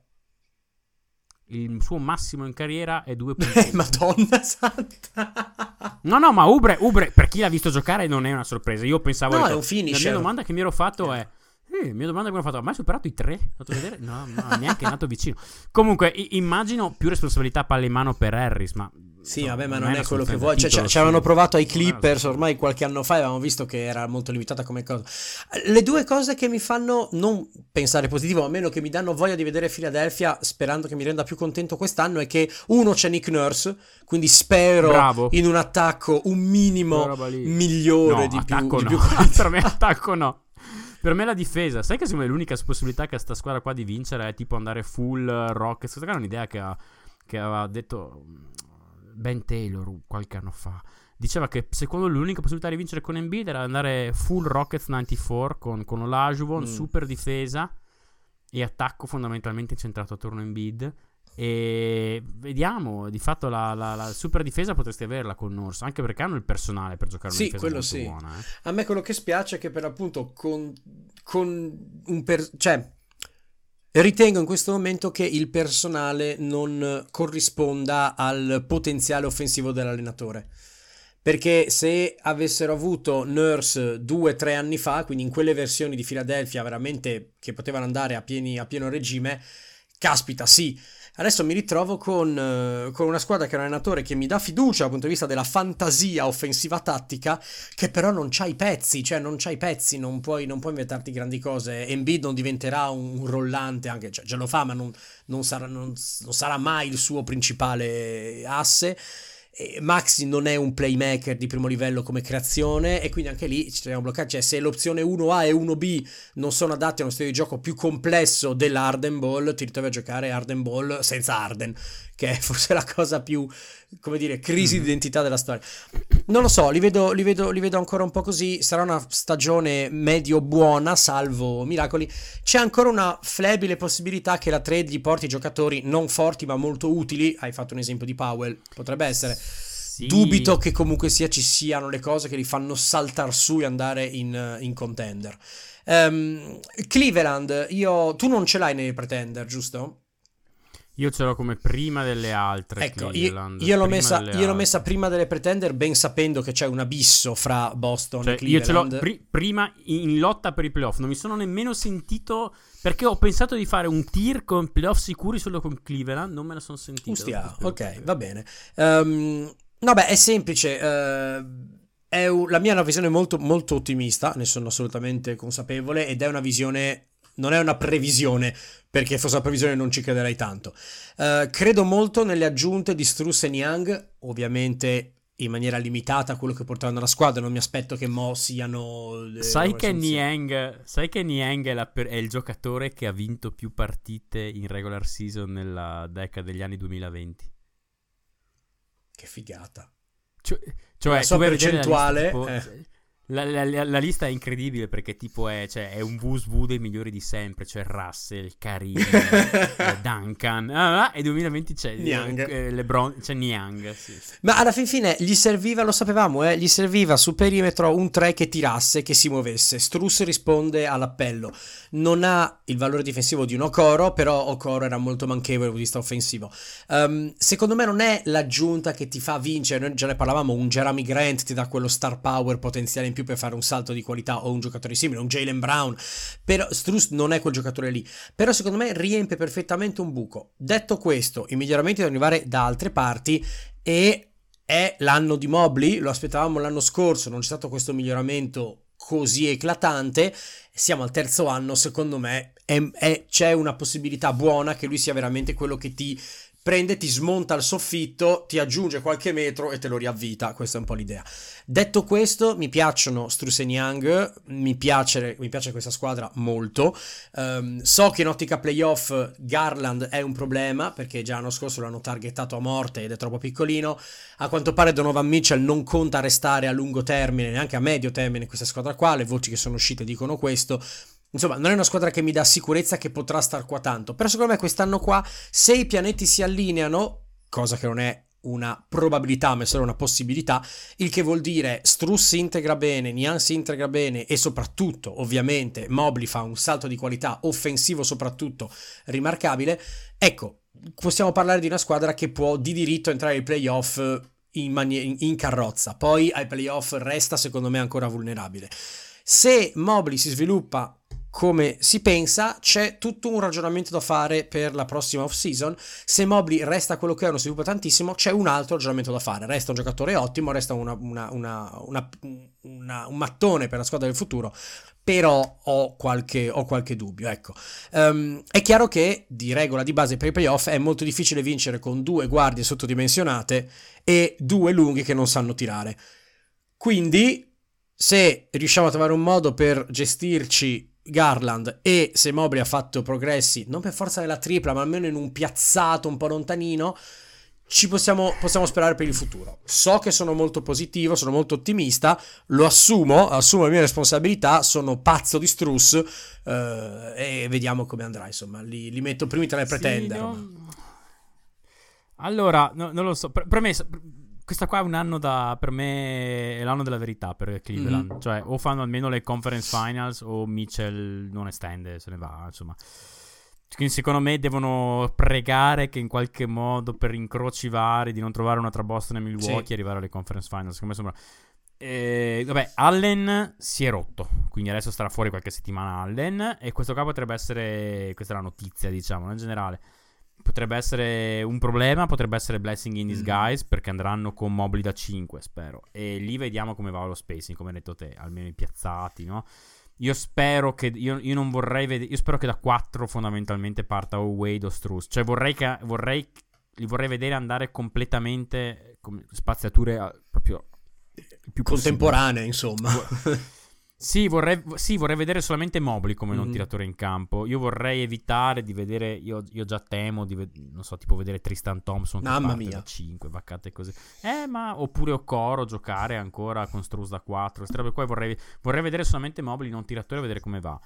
Il suo massimo in carriera è due punti. Eh, Madonna santa. No, no, ma Oubre, Oubre, per chi l'ha visto giocare non è una sorpresa. Io pensavo... No, detto, è un finisher. La mia domanda che mi ero fatto eh. è... Eh, mia domanda che mi ho fatto, ma hai superato i tre? Fatto vedere? No, no, neanche è nato vicino. Comunque, i- immagino più responsabilità palle in mano per Harris, ma... Sì, insomma, vabbè, ma non non è è quello che vuoi. titolo, Cioè, ci avevano provato ai Clippers ormai qualche anno fa e avevamo visto che era molto limitata come cosa. Le due cose che mi fanno non pensare positivo, a meno che mi danno voglia di vedere Philadelphia, sperando che mi renda più contento quest'anno, è che uno c'è Nick Nurse, quindi spero Bravo. in un attacco un minimo migliore no, di attacco più, no. di più Per me attacco no. Per me la difesa, sai che secondo me l'unica possibilità che sta squadra qua di vincere è tipo andare full Rockets. Questa è un'idea che, ha, che aveva detto Ben Taylor qualche anno fa. Diceva che secondo lui l'unica possibilità di vincere con Embiid era andare full Rockets novantaquattro con, con Olajuwon, mm. super difesa e attacco fondamentalmente incentrato attorno a Embiid. E vediamo, di fatto la, la, la super difesa potresti averla con Nurse, anche perché hanno il personale per giocare una sì, difesa quello molto sì. buona, eh. A me quello che spiace è che per appunto con, con un per, cioè Ritengo in questo momento che il personale non corrisponda al potenziale offensivo dell'allenatore. Perché se avessero avuto Nurse due o tre anni fa, quindi in quelle versioni di Philadelphia veramente che potevano andare a, pieni, a pieno regime, caspita, sì. Adesso mi ritrovo con, uh, con una squadra che è un allenatore che mi dà fiducia dal punto di vista della fantasia offensiva tattica, che però non c'ha i pezzi, cioè non c'ha i pezzi, non puoi, non puoi inventarti grandi cose. Embiid non diventerà un, un rollante, anche cioè, già lo fa, ma non, non, sarà, non, non sarà mai il suo principale asse. Maxi non è un playmaker di primo livello come creazione e quindi anche lì ci troviamo bloccati, cioè se l'opzione uno A e uno B non sono adatti a uno stile di gioco più complesso dell'Harden Ball, ti ritrovi a giocare Harden Ball senza Harden, che è forse la cosa più, come dire, crisi mm-hmm. di identità della storia. Non lo so, li vedo, li vedo, li vedo ancora un po' così. Sarà una stagione medio buona, salvo miracoli. C'è ancora una flebile possibilità che la trade gli porti giocatori non forti ma molto utili. Hai fatto un esempio di Powell, potrebbe essere. Sì. Dubito che comunque sia ci siano le cose che li fanno saltar su e andare in, in contender. um, Cleveland, io, tu non ce l'hai nei pretender, giusto? Io ce l'ho come prima delle altre. Ecco, io, io, l'ho messa, io l'ho messa prima delle pretender, ben sapendo che c'è un abisso fra Boston cioè, e Cleveland. Io ce l'ho pri- prima in lotta per i playoff. Non mi sono nemmeno sentito, perché ho pensato di fare un tier con playoff sicuri solo con Cleveland. Non me la sono sentito. Ustia, ok, va bene. Um, vabbè, è semplice. Uh, è un, la mia è una visione molto, molto ottimista, ne sono assolutamente consapevole, ed è una visione... non è una previsione, perché fosse una previsione non ci crederei tanto. Uh, credo molto nelle aggiunte di Strus e Niang, ovviamente in maniera limitata a quello che porteranno la squadra. Non mi aspetto che mo siano... Sai che, Niang, sai che Niang è, la, è il giocatore che ha vinto più partite in regular season nella decade degli anni duemilaventi. Che figata. Cioè, cioè la sua percentuale... Tipo, eh. La, la, la lista è incredibile perché tipo è, cioè, è un who's who dei migliori di sempre, cioè Russell, Kareem, eh, Duncan, ah, e duemilaventi c'è Niang. Eh, LeBron, c'è Niang, sì. Ma alla fin fine gli serviva, lo sapevamo, eh, gli serviva su perimetro un tre che tirasse, che si muovesse. Strus risponde all'appello, non ha il valore difensivo di un Okoro, però Okoro era molto manchevole dal punto di vista offensivo. Um, secondo me non è l'aggiunta che ti fa vincere, noi già ne parlavamo, un Jeremy Grant ti dà quello star power potenziale in più per fare un salto di qualità, o un giocatore simile, un Jaylen Brown, però Strus non è quel giocatore lì, però secondo me riempie perfettamente un buco. Detto questo, i miglioramenti devono arrivare da altre parti e è l'anno di Mobley, lo aspettavamo l'anno scorso, non c'è stato questo miglioramento così eclatante, siamo al terzo anno, secondo me è, è, c'è una possibilità buona che lui sia veramente quello che ti prende, ti smonta il soffitto, ti aggiunge qualche metro e te lo riavvita. Questa è un po' l'idea. Detto questo, mi piacciono Strus e Niang, mi piace, mi piace questa squadra molto. Um, so che in ottica playoff Garland è un problema, perché già l'anno scorso l'hanno targetato a morte ed è troppo piccolino. A quanto pare Donovan Mitchell non conta restare a lungo termine, neanche a medio termine in questa squadra qua, le voci che sono uscite dicono questo. Insomma, non è una squadra che mi dà sicurezza che potrà star qua tanto, però secondo me quest'anno qua, se i pianeti si allineano, cosa che non è una probabilità ma è solo una possibilità, il che vuol dire Strus si integra bene, Niang si integra bene e soprattutto, ovviamente, Mobley fa un salto di qualità offensivo soprattutto rimarcabile, ecco, possiamo parlare di una squadra che può di diritto entrare ai playoff in, manie- in, in carrozza, poi ai playoff resta secondo me ancora vulnerabile. Se Mobley si sviluppa come si pensa, c'è tutto un ragionamento da fare per la prossima off-season. Se Mobley resta quello che è, non si sviluppa tantissimo, c'è un altro ragionamento da fare. Resta un giocatore ottimo, resta una, una, una, una, una, un mattone per la squadra del futuro, però ho qualche, ho qualche dubbio, ecco. Um, è chiaro che di regola di base per i playoff è molto difficile vincere con due guardie sottodimensionate e due lunghi che non sanno tirare. Quindi, se riusciamo a trovare un modo per gestirci Garland e se Mobley ha fatto progressi, non per forza nella tripla, ma almeno in un piazzato un po' lontanino, ci possiamo, possiamo sperare per il futuro. So che sono molto positivo, sono molto ottimista, lo assumo, assumo le mie responsabilità, sono pazzo di Strus, eh, e vediamo come andrà, insomma, li, li metto primi tra le pretender. Sì, no. Allora, no, non lo so, pre- premesso, questa qua è un anno da, per me è l'anno della verità per Cleveland, mm-hmm. Cioè o fanno almeno le conference finals o Mitchell non estende, se ne va, insomma. Quindi secondo me devono pregare che in qualche modo, per incroci vari, di non trovare un'altra Boston e Milwaukee, Sì. arrivare alle conference finals. Secondo me sembra... Eh, vabbè, Allen si è rotto, quindi adesso starà fuori qualche settimana Allen, e questo qua potrebbe essere, questa è la notizia, diciamo, in generale, potrebbe essere un problema, potrebbe essere blessing in disguise, mm. perché andranno con Mobley da cinque, spero, e lì vediamo come va lo spacing, come hai detto te, almeno i piazzati, no? Io spero che io, io non vorrei vedere, io spero che da quattro fondamentalmente parta o Wade o Strus, cioè vorrei che vorrei li vorrei vedere andare completamente come spaziature a, proprio più contemporanee, insomma. Sì, vorrei, sì, vorrei vedere solamente Mobley come mm-hmm. non tiratore in campo. Io vorrei evitare di vedere, io, io già temo di ved- non so, tipo vedere Tristan Thompson che Mamma parte mia. da cinque, vaccate così. Eh, ma oppure Okoro giocare ancora con Strus da quattro, per cui vorrei, vorrei vedere solamente Mobley non tiratore e vedere come va.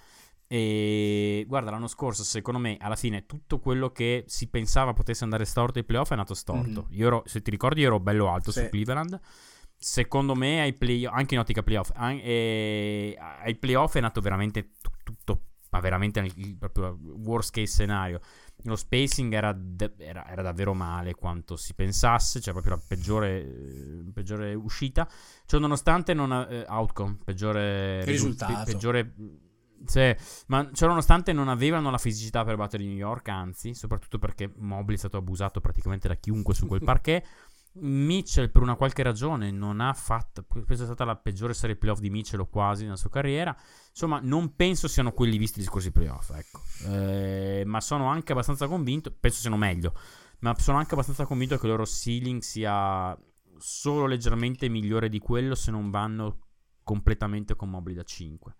E guarda, l'anno scorso secondo me alla fine tutto quello che si pensava potesse andare storto ai playoff è andato storto. Mm-hmm. Io ero, se ti ricordi, io ero bello alto sì. su Cleveland. Secondo me ai play, anche in ottica playoff, an- eh, ai playoff è nato veramente t- tutto, ma veramente il proprio worst case scenario. Lo spacing era, de- era, era davvero male quanto si pensasse, cioè proprio la peggiore, eh, peggiore uscita. Cioè, nonostante non ha, eh, outcome, peggiore risultato, risulti, peggiore. Sì, ma cioè, nonostante non avevano la fisicità per battere New York, anzi, soprattutto perché Mobley è stato abusato praticamente da chiunque su quel parquet. Mitchell per una qualche ragione non ha fatto, penso è stata la peggiore serie playoff di Mitchell o quasi nella sua carriera, insomma non penso siano quelli visti gli scorsi playoff, ecco. Eh, ma sono anche abbastanza convinto, penso siano meglio, ma sono anche abbastanza convinto che il loro ceiling sia solo leggermente migliore di quello se non vanno completamente con Mobley da cinque.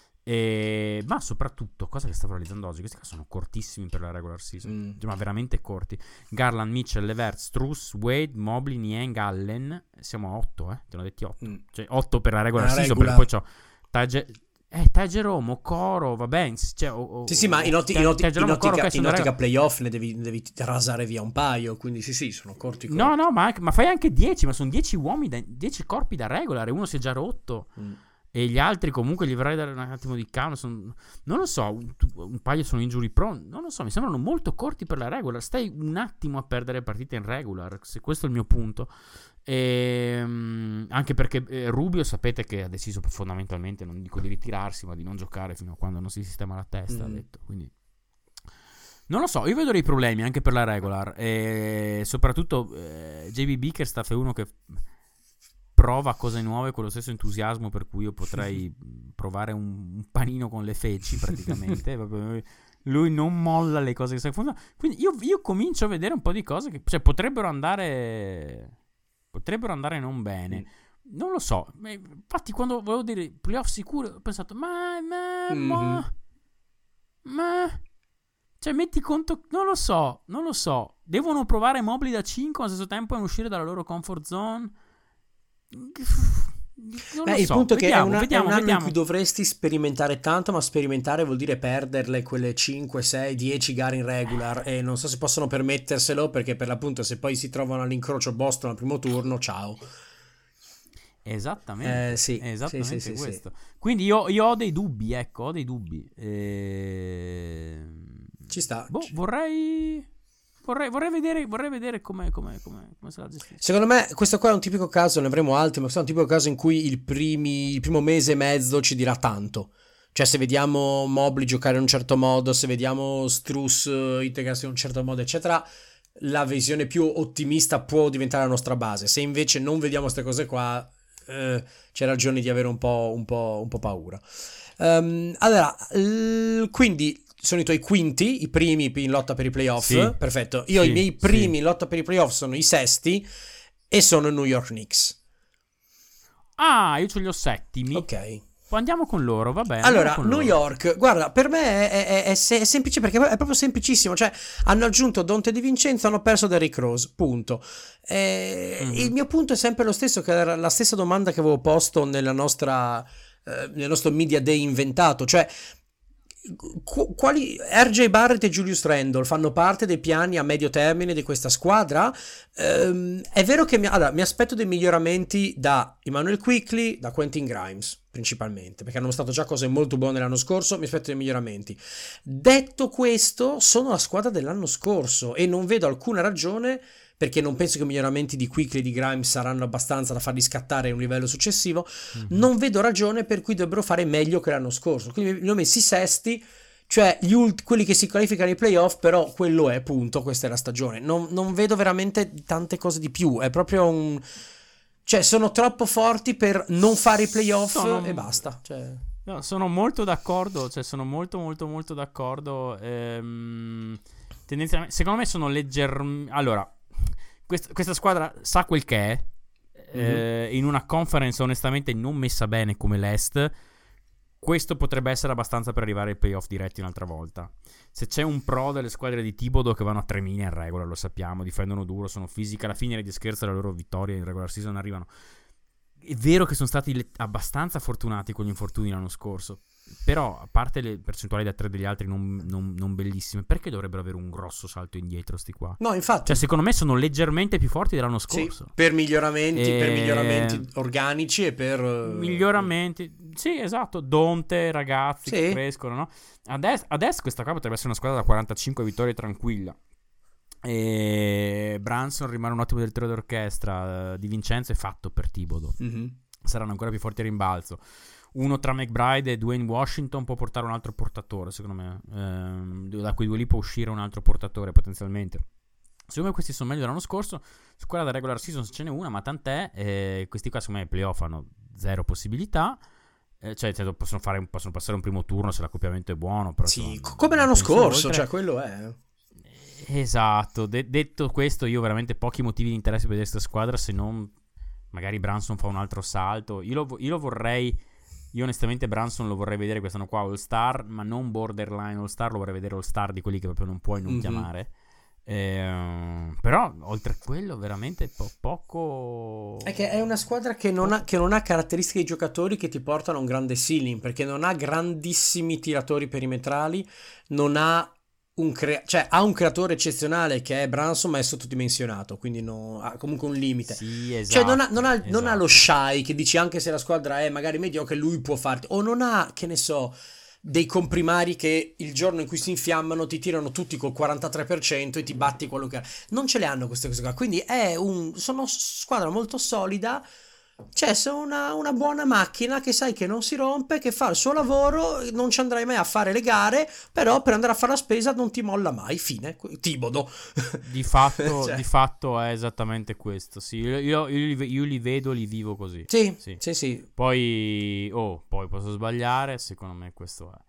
E, ma soprattutto, cosa che stavo realizzando oggi, questi qua sono cortissimi per la regular season, mm. ma veramente corti. Garland, Mitchell, Levert, Strus, Wade, Mobley, Niang, Allen. Siamo a otto, eh, te ne ho detti otto, mm. cioè otto per la regular la season regular. Perché poi c'ho Tage, eh, Tageromo, Coro, va bene, cioè, o, o, sì sì, ma in, oti- in, oti- in ottica, in ottica playoff ne devi, ne devi rasare via un paio, quindi sì sì, sono corti, corti. No no, ma, anche, ma fai anche dieci, ma sono dieci uomini, dieci corpi da regular, e uno si è già rotto. Mm. E gli altri comunque gli vorrei dare un attimo di calma. Sono, non lo so, un, un paio sono injury prone. Non lo so, mi sembrano molto corti per la regular. Stai un attimo a perdere partite in regular, se questo è il mio punto. E, um, anche perché eh, Rubio sapete che ha deciso fondamentalmente, non dico di ritirarsi, ma di non giocare fino a quando non si sistema la testa. Mm. Ha detto, quindi non lo so, io vedo dei problemi anche per la regular. E soprattutto eh, J B Bickerstaff è uno che prova cose nuove con lo stesso entusiasmo per cui io potrei provare un, un panino con le feci praticamente. Lui non molla le cose che sta facendo, quindi io, io comincio a vedere un po' di cose che cioè, potrebbero andare potrebbero andare non bene. Mm. Non lo so, infatti quando volevo dire playoff sicuro ho pensato ma ma mm-hmm. ma ma cioè metti conto, non lo so non lo so devono provare Mobley da cinque allo stesso tempo e uscire dalla loro comfort zone. Non Beh, lo il so. punto vediamo, è che è, una, vediamo, è un anno vediamo. in cui dovresti sperimentare tanto, ma sperimentare vuol dire perderle quelle cinque, sei, dieci gare in regular, e non so se possono permetterselo, perché per l'appunto se poi si trovano all'incrocio Boston al primo turno, ciao. Esattamente, eh, sì, esattamente sì, sì, questo. sì. Quindi io, io ho dei dubbi, ecco, ho dei dubbi. E... Ci sta. Boh, vorrei... Vorrei, vorrei vedere, vorrei vedere come, come, come, come se la gestisce. Secondo me questo qua è un tipico caso, ne avremo altri, ma questo è un tipico caso in cui il, primi, il primo mese e mezzo ci dirà tanto. Cioè se vediamo Mobley giocare in un certo modo, se vediamo Strus integrarsi in un certo modo, eccetera, la visione più ottimista può diventare la nostra base. Se invece non vediamo queste cose qua, eh, c'è ragione di avere un po', un po', un po' paura. Um, allora, l- quindi... sono i tuoi quinti, i primi in lotta per i playoff. Sì, perfetto. Io sì, i miei primi sì. in lotta per i playoff sono i sesti e sono i New York Knicks. Ah, io ce li ho settimi. Ok. Andiamo con loro, va bene. Allora, New loro. York, guarda, per me è, è, è, è semplice, perché è proprio semplicissimo. Cioè, hanno aggiunto Dante Di Vincenzo, hanno perso Derrick Rose, punto. E mm-hmm. Il mio punto è sempre lo stesso, che era la stessa domanda che avevo posto nella nostra, eh, nel nostro Media Day inventato. Cioè, Qu- quali R J Barrett e Julius Randle fanno parte dei piani a medio termine di questa squadra? Ehm, è vero che mi, allora, mi aspetto dei miglioramenti da Emmanuel Quickley, da Quentin Grimes principalmente, perché hanno stato già cose molto buone l'anno scorso. Mi aspetto dei miglioramenti. Detto questo, sono la squadra dell'anno scorso e non vedo alcuna ragione, perché non penso che i miglioramenti di Quickley e di Grimes saranno abbastanza da farli scattare a un livello successivo. Mm-hmm. Non vedo ragione per cui dovrebbero fare meglio che l'anno scorso. Quindi li ho messi sesti, cioè gli ult- quelli che si qualificano ai playoff, però quello è, punto, questa è la stagione. Non, non vedo veramente tante cose di più, è proprio un... cioè sono troppo forti per non fare i playoff sono... e basta. Cioè... No, sono molto d'accordo, cioè sono molto molto molto d'accordo. Ehm, tendenzialmente, secondo me sono leggermente... Allora, questa, questa squadra sa quel che è, mm-hmm. eh, in una conference onestamente non messa bene come l'Est. Questo potrebbe essere abbastanza per arrivare ai playoff diretti un'altra volta. Se c'è un pro delle squadre di Thibodeau che vanno a tre mini in regola, lo sappiamo, difendono duro, sono fisiche, alla fine di scherzo le loro vittorie in regular season arrivano. È vero che sono stati le- abbastanza fortunati con gli infortuni l'anno scorso, però a parte le percentuali da tre degli altri non, non, non bellissime, perché dovrebbero avere un grosso salto indietro sti qua? No, infatti. Cioè secondo me sono leggermente più forti dell'anno scorso. Sì, per miglioramenti, e... per miglioramenti organici e per... Miglioramenti, sì, esatto, Donte, ragazzi sì. che crescono, no? Adesso, adesso questa qua potrebbe essere una squadra da quarantacinque vittorie tranquilla. E Brunson rimane un ottimo direttore d'orchestra. Di Vincenzo è fatto per Thibodeau. Mm-hmm. Saranno ancora più forti a rimbalzo. Uno tra McBride e Dwayne Washington può portare un altro portatore, secondo me. Ehm, da quei due lì può uscire un altro portatore potenzialmente. Secondo me questi sono meglio dell'anno scorso. Su quella da regular season ce n'è una, ma tant'è. Eh, questi qua secondo me ai playoff hanno zero possibilità. Eh, cioè possono, fare, possono passare un primo turno se l'accoppiamento è buono. Però, sì, insomma, come l'anno scorso, oltre... cioè quello è... Esatto, De- detto questo, io ho veramente pochi motivi di interesse per questa squadra, se non magari Brunson fa un altro salto. Io lo, io lo vorrei, io onestamente Brunson lo vorrei vedere quest'anno qua All Star, ma non borderline All Star, lo vorrei vedere All Star di quelli che proprio non puoi non mm-hmm. chiamare. Eh, però oltre a quello veramente po- poco. È che è una squadra che non, ha, che non ha caratteristiche di giocatori che ti portano a un grande ceiling, perché non ha grandissimi tiratori perimetrali, non ha un crea- cioè ha un creatore eccezionale che è Brunson, ma è sottodimensionato, quindi no, ha comunque un limite. Sì, esatto, cioè non ha, non, ha, esatto. non ha lo shy che dici anche se la squadra è magari mediocre lui può farti, o non ha, che ne so, dei comprimari che il giorno in cui si infiammano ti tirano tutti col quarantatré per cento e ti batti quello che non ce le hanno queste cose qua, quindi è un sono squadra molto solida. Cioè sono una, una buona macchina che sai che non si rompe, che fa il suo lavoro, non ci andrai mai a fare le gare, però per andare a fare la spesa non ti molla mai, fine. Thibodeau di fatto, cioè. Di fatto è esattamente questo, sì, io, io, io, li, io li vedo, li vivo così. Sì, sì, sì, sì. Poi, oh, poi posso sbagliare, secondo me questo è.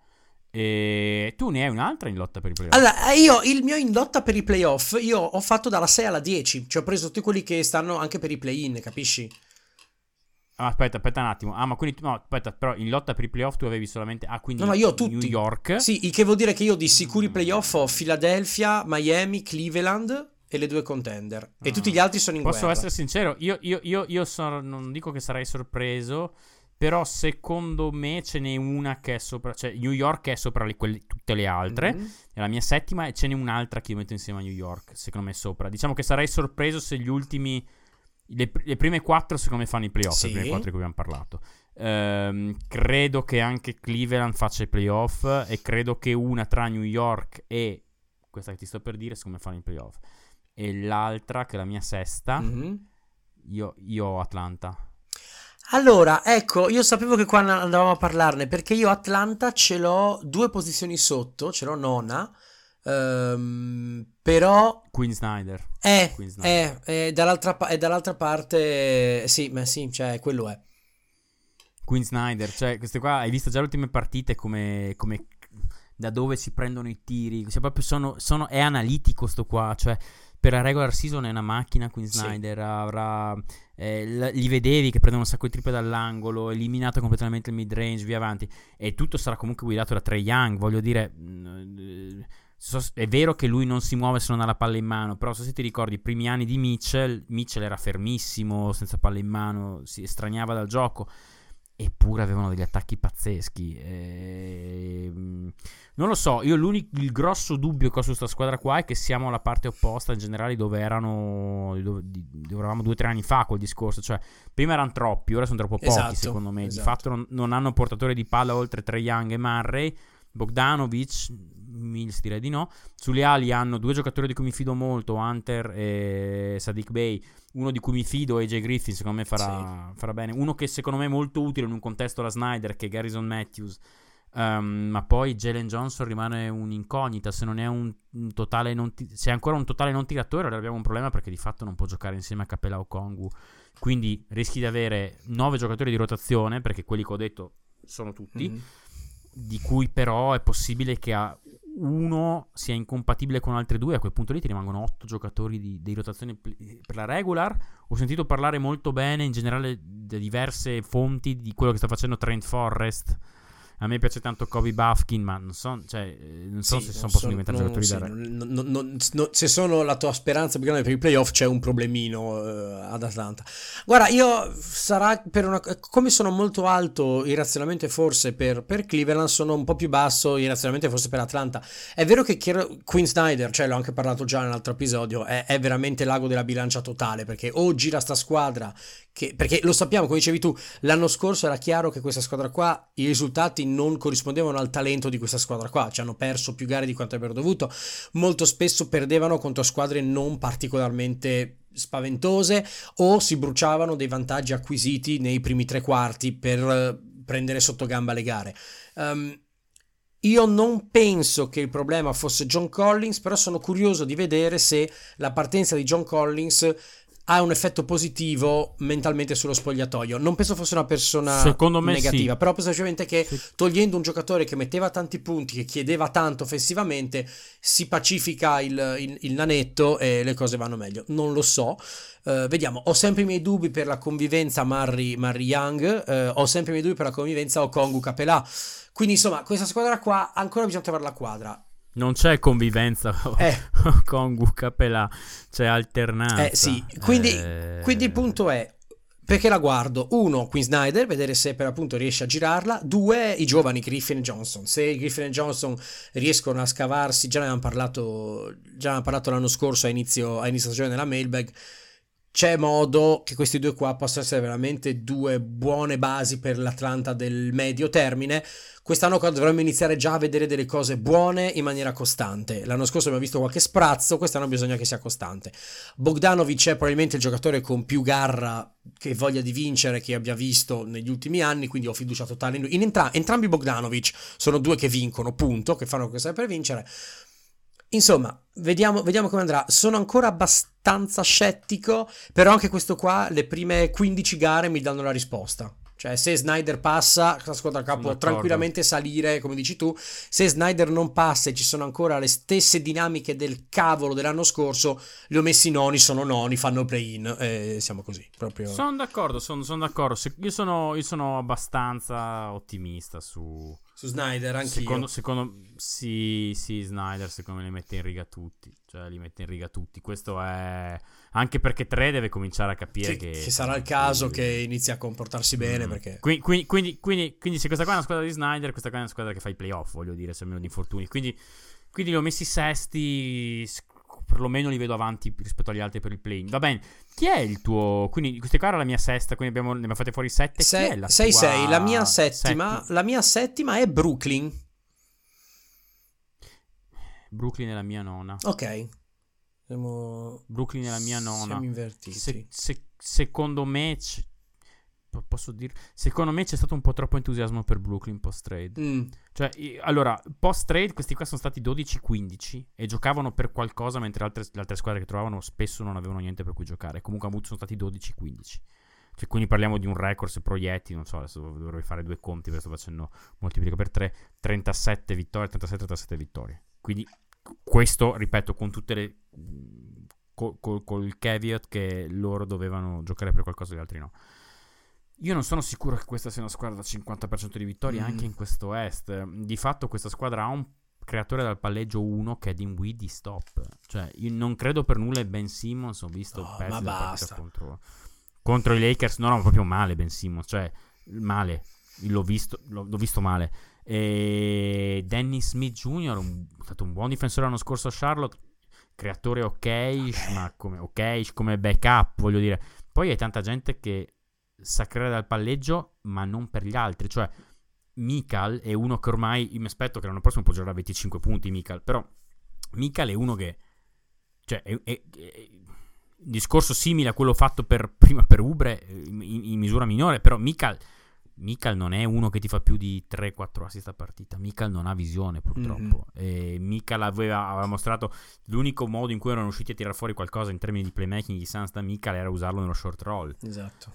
E tu ne hai un'altra in lotta per i playoff? Allora, io il mio in lotta per i playoff, io ho fatto dalla sei alla dieci, cioè ho preso tutti quelli che stanno anche per i play-in, capisci? Ah, aspetta, aspetta un attimo. Ah, ma quindi no, aspetta, però in lotta per i playoff tu avevi solamente ah, quindi no, no, io ho tutti. New York. Sì, il che vuol dire che io di sicuri playoff ho Philadelphia, Miami, Cleveland e le due contender. Ah. E tutti gli altri sono in Posso guerra. essere sincero, io, io, io, io sono, non dico che sarei sorpreso, però secondo me ce n'è una che è sopra, cioè New York è sopra le, quelle, tutte le altre, mm-hmm. è la mia settima, e ce n'è un'altra che io metto insieme a New York, secondo me sopra. Diciamo che sarei sorpreso se gli ultimi Le, le prime quattro secondo me fanno i playoff, sì. Le prime quattro di cui abbiamo parlato. Ehm, credo che anche Cleveland faccia i playoff e credo che una tra New York e questa che ti sto per dire secondo me fanno i playoff, e l'altra che è la mia sesta, mm-hmm. io, io ho Atlanta. Allora, ecco, io sapevo che qua andavamo a parlarne, perché io Atlanta ce l'ho due posizioni sotto, ce l'ho nona. Um, però Quinn Snyder è, Quinn Snyder. È, è, dall'altra, è dall'altra parte, sì, ma sì, cioè quello è Quinn Snyder, cioè queste qua hai visto già le ultime partite come, come da dove si prendono i tiri, cioè proprio sono, sono è analitico sto qua, cioè per la regular season è una macchina. Quinn Snyder, sì. avrà eh, l- li vedevi che prendono un sacco di triple dall'angolo, eliminato completamente il mid range, via avanti, e tutto sarà comunque guidato da Trae Young, voglio dire. Mh, è vero che lui non si muove se non ha la palla in mano, però se ti ricordi i primi anni di Mitchell, Mitchell era fermissimo, senza palla in mano, si estraniava dal gioco. eppure avevano degli attacchi pazzeschi. E... non lo so, io l'unico, il grosso dubbio che ho su questa squadra qua è che siamo alla parte opposta in generale, dove erano dove, dove eravamo due o tre anni fa col discorso, cioè prima erano troppi, ora sono troppo pochi, esatto, secondo me, esatto. Di fatto non, non hanno portatori di palla oltre Trae Young e Murray. Bogdanovic, Mills direi di no. Sulle ali hanno due giocatori di cui mi fido molto, Hunter e Saddiq Bey. Uno di cui mi fido, A J Griffin, secondo me farà, sì. farà bene. Uno che secondo me è molto utile in un contesto alla Snyder, che è Garrison Matthews. Um, ma poi Jalen Johnson rimane un'incognita. Se non è un, un totale non ti- se è ancora un totale non tiratore, allora abbiamo un problema, perché di fatto non può giocare insieme a Capela o Kongu. Quindi rischi di avere nove giocatori di rotazione, perché quelli che ho detto sono tutti, mm-hmm. di cui però è possibile che a uno sia incompatibile con altri due. A quel punto lì ti rimangono otto giocatori di, di rotazione per la regular. Ho sentito parlare molto bene in generale da diverse fonti di quello che sta facendo Trent Forrest. A me piace tanto Kobe Bufkin, ma non so, cioè, non so sì, se sono possono diventare non, giocatori sì, da re. Non, non, non, non, se sono la tua speranza più grande per i playoff, c'è un problemino uh, ad Atlanta. Guarda, io sarà per una, come sono molto alto irrazionalmente forse per, per Cleveland, sono un po' più basso irrazionalmente forse per Atlanta. È vero che Quinn Snyder, cioè l'ho anche parlato già nell'altro episodio, è, è veramente l'ago della bilancia totale, perché o gira sta squadra, che, perché lo sappiamo, come dicevi tu, l'anno scorso era chiaro che questa squadra qua, i risultati non corrispondevano al talento di questa squadra qua, ci hanno perso più gare di quanto avrebbero dovuto, molto spesso perdevano contro squadre non particolarmente spaventose, o si bruciavano dei vantaggi acquisiti nei primi tre quarti per prendere sotto gamba le gare. Um, io non penso che il problema fosse John Collins, però sono curioso di vedere se la partenza di John Collins ha un effetto positivo mentalmente sullo spogliatoio. Non penso fosse una persona Secondo me negativa, sì. Però penso semplicemente che sì. togliendo un giocatore che metteva tanti punti, che chiedeva tanto offensivamente, si pacifica il, il, il nanetto e le cose vanno meglio. Non lo so, uh, vediamo. Ho sempre i miei dubbi per la convivenza Murray, Murray Young, uh, ho sempre i miei dubbi per la convivenza Okongu Capela. Quindi insomma questa squadra qua ancora bisogna trovare la quadra. Non c'è convivenza eh. con Capela, c'è alternanza. Eh sì, quindi, eh... quindi il punto è, perché la guardo? Uno, Quinn Snyder, vedere se per appunto riesce a girarla. Due, i giovani Griffin e Johnson. Se Griffin e Johnson riescono a scavarsi, già ne avevamo parlato, già ne avevamo parlato l'anno scorso a inizio, a inizio stagione nella mailbag, c'è modo che questi due qua possano essere veramente due buone basi per l'Atlanta del medio termine. Quest'anno qua dovremmo iniziare già a vedere delle cose buone in maniera costante. L'anno scorso abbiamo visto qualche sprazzo, quest'anno bisogna che sia costante. Bogdanovic è probabilmente il giocatore con più garra che voglia di vincere che abbia visto negli ultimi anni, quindi ho fiducia totale in lui. In entra- entrambi Bogdanovic sono due che vincono, punto, che fanno questa per vincere. Insomma, vediamo, vediamo come andrà. Sono ancora abbastanza scettico, però anche questo qua, le prime quindici gare mi danno la risposta. Cioè, se Snyder passa, la squadra qua può tranquillamente salire, come dici tu. Se Snyder non passa e ci sono ancora le stesse dinamiche del cavolo dell'anno scorso, li ho messi noni, sono noni, fanno play-in e siamo così. Proprio. Sono d'accordo, sono, sono d'accordo. Io sono, io sono abbastanza ottimista su... Su Snyder, anche secondo, secondo sì, sì, Snyder secondo me li mette in riga tutti. Cioè li mette in riga tutti. Questo è... Anche perché tre deve cominciare a capire che... Che, che sarà il caso che inizia a comportarsi bene, mm. perché... Quindi, quindi, quindi, quindi, quindi se questa qua è una squadra di Snyder, questa qua è una squadra che fa i playoff, voglio dire, se meno di infortuni. Quindi, quindi li ho messi sesti... perlomeno li vedo avanti rispetto agli altri per il play-in. Va bene, chi è il tuo... Quindi questa qua era la mia sesta, quindi abbiamo, ne abbiamo fatte fuori sette. sei, chi è la sei, tua... sei. La mia settima, settima? La mia settima è Brooklyn. Brooklyn è la mia nona. Ok. Siamo... Brooklyn è la mia nona. Siamo invertiti. Se, se, secondo me... C- posso dire... Secondo me c'è stato un po' troppo entusiasmo per Brooklyn post-trade. Mm. Cioè, allora, post-trade questi qua sono stati dodici quindici e giocavano per qualcosa, mentre altre, le altre squadre che trovavano spesso non avevano niente per cui giocare. Comunque sono stati dodici quindici. Cioè, quindi parliamo di un record se proietti, non so, adesso dovrei fare due conti perché sto facendo moltiplico per tre, trentasette vittorie, trentasette trentasette vittorie. Quindi questo, ripeto, con tutte le... Col, col, col caveat che loro dovevano giocare per qualcosa e gli altri no. Io non sono sicuro che questa sia una squadra da cinquanta per cento di vittorie mm. anche in questo Est. Di fatto questa squadra ha un creatore dal palleggio uno che è Dinwiddie di stop. Cioè io non credo per nulla in Ben Simmons. Ho visto oh, pezzi ma della basta. partita contro, contro i Lakers. No, no, proprio male Ben Simmons. Cioè male, l'ho visto, l'ho, l'ho visto male. E Dennis Smith Junior un, è stato un buon difensore l'anno scorso a Charlotte, creatore ok, ma come ok, come backup, voglio dire. Poi hai tanta gente che sa creare dal palleggio, ma non per gli altri. Cioè, Mikal è uno che ormai, io mi aspetto che l'anno prossimo può giocare a venticinque punti, Mikal, però Mikal è uno che, cioè, è, è, è un discorso simile a quello fatto per, prima per Oubre, in, in misura minore, però Mikal Mikal non è uno che ti fa più di tre quattro assist a partita. Mikal non ha visione, purtroppo. Mm-hmm. E Mikal aveva, aveva mostrato l'unico modo in cui erano riusciti a tirare fuori qualcosa in termini di playmaking di Suns da Mikal era usarlo nello short roll. Esatto.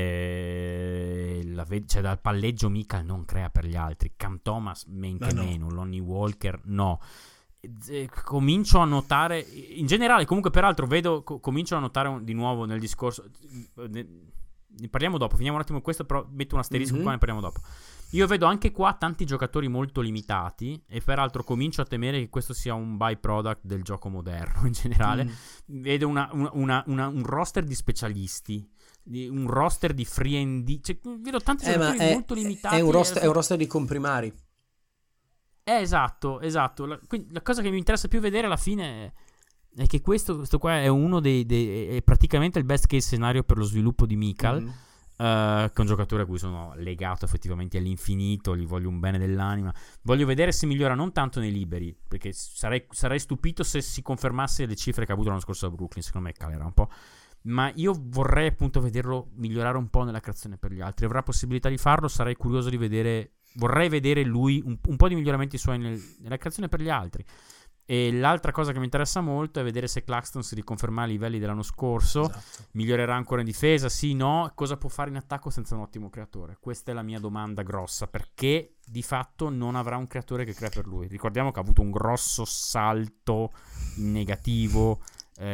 E la, cioè, dal palleggio Mikal non crea per gli altri. Cam Thomas men che no. meno, Lonnie Walker no. E, comincio a notare in generale, comunque peraltro vedo co- comincio a notare di nuovo nel discorso. Ne, Ne parliamo dopo, finiamo un attimo questo, però metto un asterisco mm-hmm. qua e ne parliamo dopo. Io vedo anche qua tanti giocatori molto limitati e peraltro comincio a temere che questo sia un byproduct del gioco moderno in generale. Mm. Vedo una, una, una, una, un roster di specialisti, un roster di free and D, cioè, vedo tanti eh, giocatori è, molto limitati. È un, roster, è un roster di comprimari. Eh, esatto, esatto. La, quindi la cosa che mi interessa più vedere alla fine è è che questo, questo qua è uno dei, dei è praticamente il best case scenario per lo sviluppo di Mikal, mm-hmm. uh, che è un giocatore a cui sono legato effettivamente all'infinito, gli voglio un bene dell'anima, voglio vedere se migliora non tanto nei liberi, perché sarei, sarei stupito se si confermasse le cifre che ha avuto l'anno scorso a Brooklyn, secondo me calerà un po', ma io vorrei appunto vederlo migliorare un po' nella creazione per gli altri. Avrà possibilità di farlo, sarei curioso di vedere, vorrei vedere lui un, un po' di miglioramenti suoi nel, nella creazione per gli altri. E l'altra cosa che mi interessa molto è vedere se Claxton si riconferma ai livelli dell'anno scorso. Esatto. Migliorerà ancora in difesa, sì, no? Cosa può fare in attacco senza un ottimo creatore? Questa è la mia domanda grossa, perché di fatto non avrà un creatore che crea per lui. Ricordiamo che ha avuto un grosso salto in negativo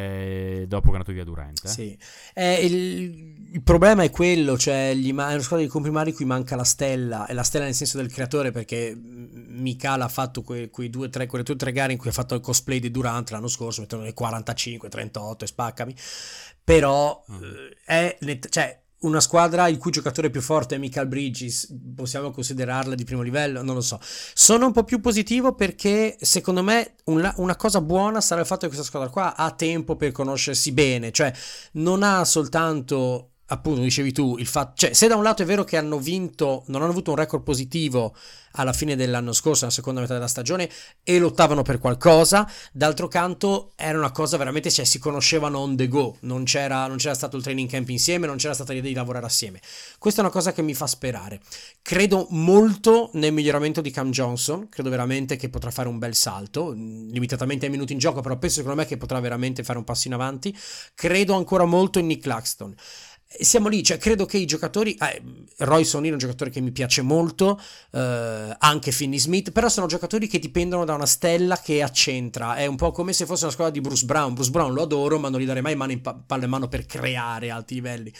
eh, dopo che è andato via Durant. Eh? Sì, eh, il, il problema è quello, cioè gli ma- è una squadra di comprimari cui manca la stella, e la stella nel senso del creatore, perché Mikal ha fatto que- quei due tre, quelle due o tre gare in cui ha fatto il cosplay di Durant l'anno scorso, mettendo le quarantacinque trentotto e spaccami, però mm. è net- cioè una squadra il cui giocatore più forte è Mikal Bridges, possiamo considerarla di primo livello? Non lo so. Sono un po' più positivo perché secondo me un, una cosa buona sarà il fatto che questa squadra qua ha tempo per conoscersi bene, cioè non ha soltanto, appunto dicevi tu, il fatto, cioè se da un lato è vero che hanno vinto, non hanno avuto un record positivo alla fine dell'anno scorso, nella seconda metà della stagione, e lottavano per qualcosa, d'altro canto era una cosa veramente, cioè si conoscevano on the go, non c'era, non c'era stato il training camp insieme, non c'era stata l'idea di lavorare assieme. Questa è una cosa che mi fa sperare. Credo molto nel miglioramento di Cam Johnson, credo veramente che potrà fare un bel salto, limitatamente ai minuti in gioco, però penso secondo me che potrà veramente fare un passo in avanti. Credo ancora molto in Nick Claxton. Siamo lì, cioè credo che i giocatori eh, Royce O'Neal è un giocatore che mi piace molto, eh, anche Finney Smith, però sono giocatori che dipendono da una stella che accentra, è un po' come se fosse una squadra di Bruce Brown. Bruce Brown lo adoro, ma non gli darei mai mano in pa- palla in mano per creare alti livelli.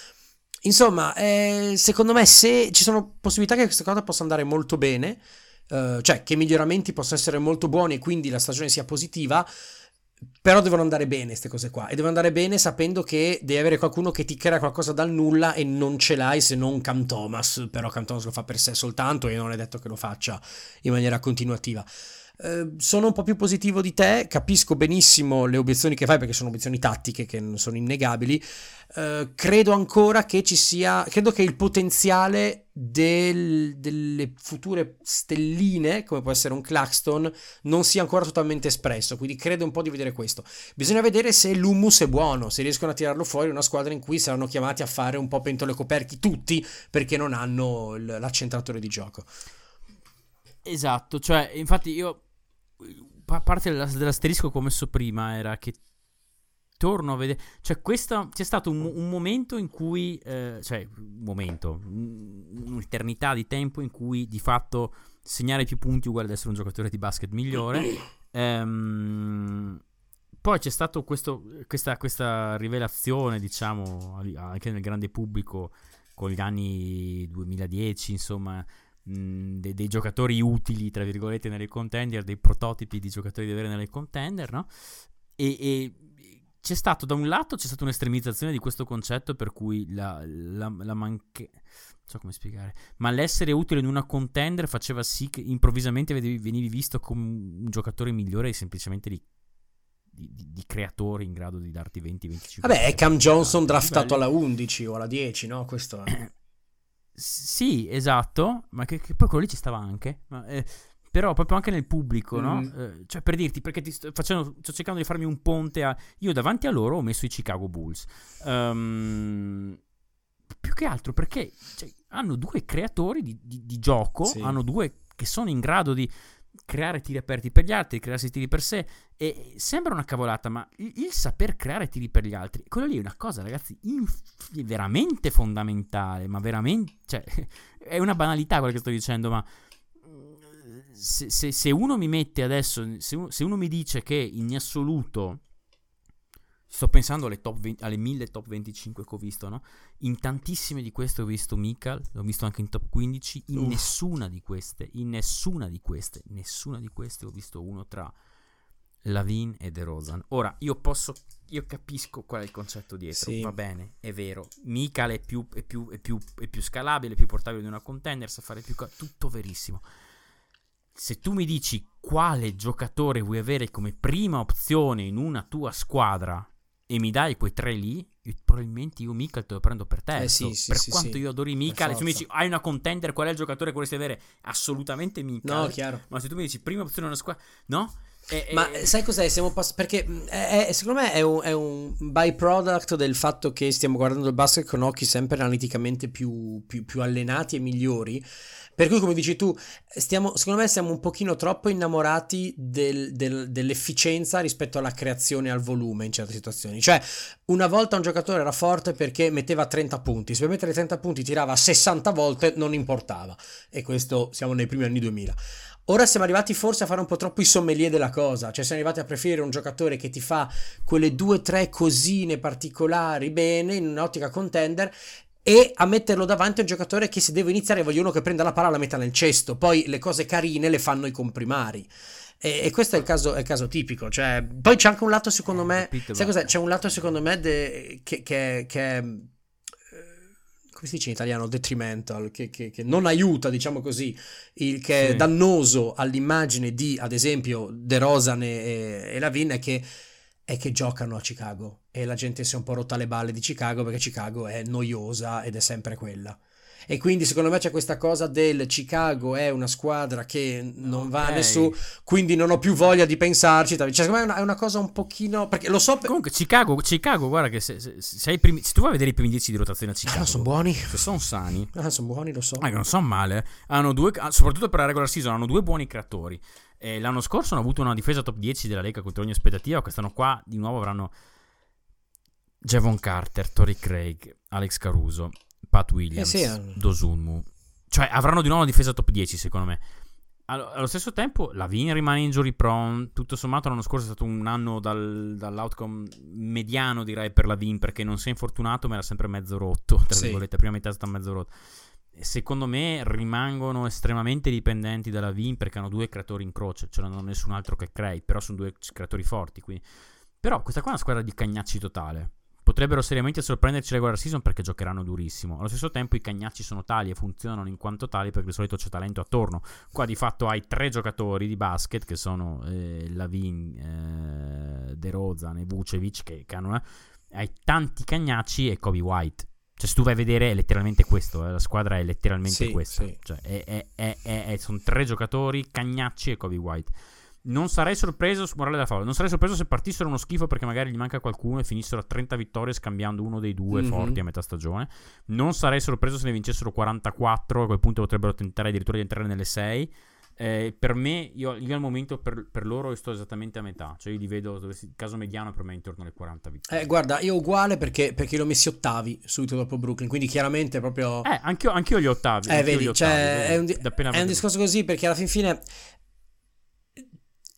Insomma, eh, secondo me se ci sono possibilità che questa cosa possa andare molto bene, eh, cioè che i miglioramenti possano essere molto buoni e quindi la stagione sia positiva, però devono andare bene queste cose qua, e devono andare bene sapendo che devi avere qualcuno che ti crea qualcosa dal nulla, e non ce l'hai se non Cam Thomas, però Cam Thomas lo fa per sé soltanto e non è detto che lo faccia in maniera continuativa. Eh, sono un po' più positivo di te, capisco benissimo le obiezioni che fai perché sono obiezioni tattiche che non sono innegabili. Eh, credo ancora che ci sia, credo che il potenziale del, delle future stelline come può essere un Claxton non sia ancora totalmente espresso, quindi credo un po' di vedere questo. Bisogna vedere se l'hummus è buono, se riescono a tirarlo fuori una squadra in cui saranno chiamati a fare un po' pentole coperchi tutti perché non hanno l'accentratore di gioco. Esatto, cioè infatti io parte dell'asterisco che ho messo prima era che torno a vedere, cioè questo c'è stato un, un momento in cui eh, cioè un momento un'eternità di tempo in cui di fatto segnare più punti uguale ad essere un giocatore di basket migliore. ehm, poi c'è stato questo, questa, questa rivelazione, diciamo, anche nel grande pubblico con gli anni duemiladieci, insomma, Dei, dei giocatori utili tra virgolette nelle contender, dei prototipi di giocatori da avere nelle contender, no? E, e c'è stato da un lato c'è stata un'estremizzazione di questo concetto per cui la, la, la manche non so come spiegare, ma l'essere utile in una contender faceva sì che improvvisamente venivi, venivi visto come un giocatore migliore semplicemente di, di, di creatore in grado di darti venti venticinque. Vabbè, è Cam Johnson draftato alla undici o alla dieci, no? Questo è. Sì, esatto, ma che, che poi quello lì ci stava anche, ma, eh, però proprio anche nel pubblico, no? Mm. Eh, cioè per dirti, perché ti sto, facendo, sto cercando di farmi un ponte a... Io davanti a loro ho messo i Chicago Bulls. Um, più che altro perché cioè, hanno due creatori di, di, di gioco, sì. Hanno due che sono in grado di creare tiri aperti per gli altri, crearsi tiri per sé, e sembra una cavolata, ma il, il saper creare tiri per gli altri, quello lì è una cosa, ragazzi, inf- veramente fondamentale, ma veramente, cioè, è una banalità quello che sto dicendo, ma se, se, se uno mi mette adesso, se uno, se uno mi dice che in assoluto, sto pensando alle, top venti, alle mille top venticinque che ho visto, no? In tantissime di queste ho visto Mikal, l'ho visto anche in top quindici, in Uff. nessuna di queste, in nessuna di queste, nessuna di queste ho visto uno tra Lavin e DeRozan. Ora, io posso, io capisco qual è il concetto dietro, sì. Va bene, è vero, Mikal è più, è più, è più, è più scalabile, è più portabile di una contender, sa fare più, tutto verissimo. Se tu mi dici quale giocatore vuoi avere come prima opzione in una tua squadra e mi dai quei tre lì, io, probabilmente io Mikal te lo prendo per terzo. Eh sì, sì, per sì, quanto sì, io adori Mikal, se tu mi dici hai una contender, qual è il giocatore che vorresti avere? Assolutamente Mikal. No, chiaro. Ma se tu mi dici prima opzione una squadra, no? E, Ma e... sai cos'è? Siamo pass- perché è, è, secondo me è un, è un byproduct del fatto che stiamo guardando il basket con occhi sempre analiticamente più, più, più allenati e migliori. Per cui, come dici tu, stiamo, secondo me siamo un pochino troppo innamorati del, del, dell'efficienza rispetto alla creazione al volume in certe situazioni. Cioè, una volta un giocatore era forte perché metteva trenta punti, se per mettere trenta punti tirava sessanta volte non importava. E questo siamo nei primi anni duemila. Ora siamo arrivati forse a fare un po' troppo i sommelier della cosa, cioè siamo arrivati a preferire un giocatore che ti fa quelle due o tre cosine particolari bene in un'ottica contender e a metterlo davanti a un giocatore che se deve iniziare voglio uno che prenda la palla e la metta nel cesto, poi le cose carine le fanno i comprimari. E, e questo è il caso, è il caso tipico, cioè poi c'è anche un lato secondo me, capito, sai cos'è? C'è un lato secondo me de, che, che, che è, come si dice in italiano, detrimental, che, che, che non aiuta, diciamo così, il che sì. È dannoso all'immagine di, ad esempio, DeRozan e, e Lavin, è che è che giocano a Chicago e la gente si è un po' rotta le balle di Chicago perché Chicago è noiosa ed è sempre quella. E quindi secondo me c'è questa cosa del Chicago è una squadra che non okay. va nessuno, quindi non ho più voglia di pensarci. Cioè, secondo me è una, è una cosa un pochino, perché lo so per... Comunque Chicago, Chicago guarda che se, se, se, hai primi, se tu vai a vedere i primi dieci di rotazione a Chicago, ah, sono buoni, se sono sani, ah, sono buoni, lo so, ah, non sono male, hanno due, soprattutto per la regular season hanno due buoni creatori. E l'anno scorso hanno avuto una difesa top dieci della Lega contro ogni aspettativa. Quest'anno qua di nuovo avranno Javon Carter, Torrey Craig, Alex Caruso, Pat Williams, eh sì, Dosunmu. Cioè avranno di nuovo una difesa top dieci secondo me. Allo, allo stesso tempo Lavin rimane injury prone. Tutto sommato l'anno scorso è stato un anno dal, dall'outcome mediano direi per Lavin, perché non si è infortunato ma era sempre mezzo rotto, tra sì. virgolette, prima metà è stata mezzo rotto. Secondo me rimangono estremamente dipendenti dalla Vin perché hanno due creatori in croce, cioè non hanno nessun altro che crei, però sono due creatori forti, quindi. Però questa qua è una squadra di cagnacci totale. Potrebbero seriamente sorprenderci la regular season perché giocheranno durissimo. Allo stesso tempo i cagnacci sono tali e funzionano in quanto tali perché di solito c'è talento attorno. Qua di fatto hai tre giocatori di basket che sono eh, Lavin, eh, DeRozan e Vucevic che, che hanno una... hai tanti cagnacci e Kobe White. Cioè, se tu vai a vedere è letteralmente questo, eh? La squadra è letteralmente sì, questa. Sì. Cioè, è, è, è, è, è, sono tre giocatori, Cagnacci e Kobe White. Non sarei sorpreso, morale da favola, non sarei sorpreso se partissero uno schifo perché magari gli manca qualcuno e finissero a trenta vittorie scambiando uno dei due mm-hmm. forti a metà stagione. Non sarei sorpreso se ne vincessero quarantaquattro, a quel punto potrebbero tentare addirittura di entrare nelle sei. Eh, per me, io, io al momento per, per loro io sto esattamente a metà, cioè io li vedo, il caso mediano per me è intorno alle quaranta vittorie. Eh, guarda, io uguale perché, perché li ho messi ottavi subito dopo Brooklyn, quindi chiaramente proprio... Eh, anch'io, anch'io gli ottavi. Eh, vedi, gli ottavi, cioè, vedi, è un, di- è un discorso così perché alla fin fine...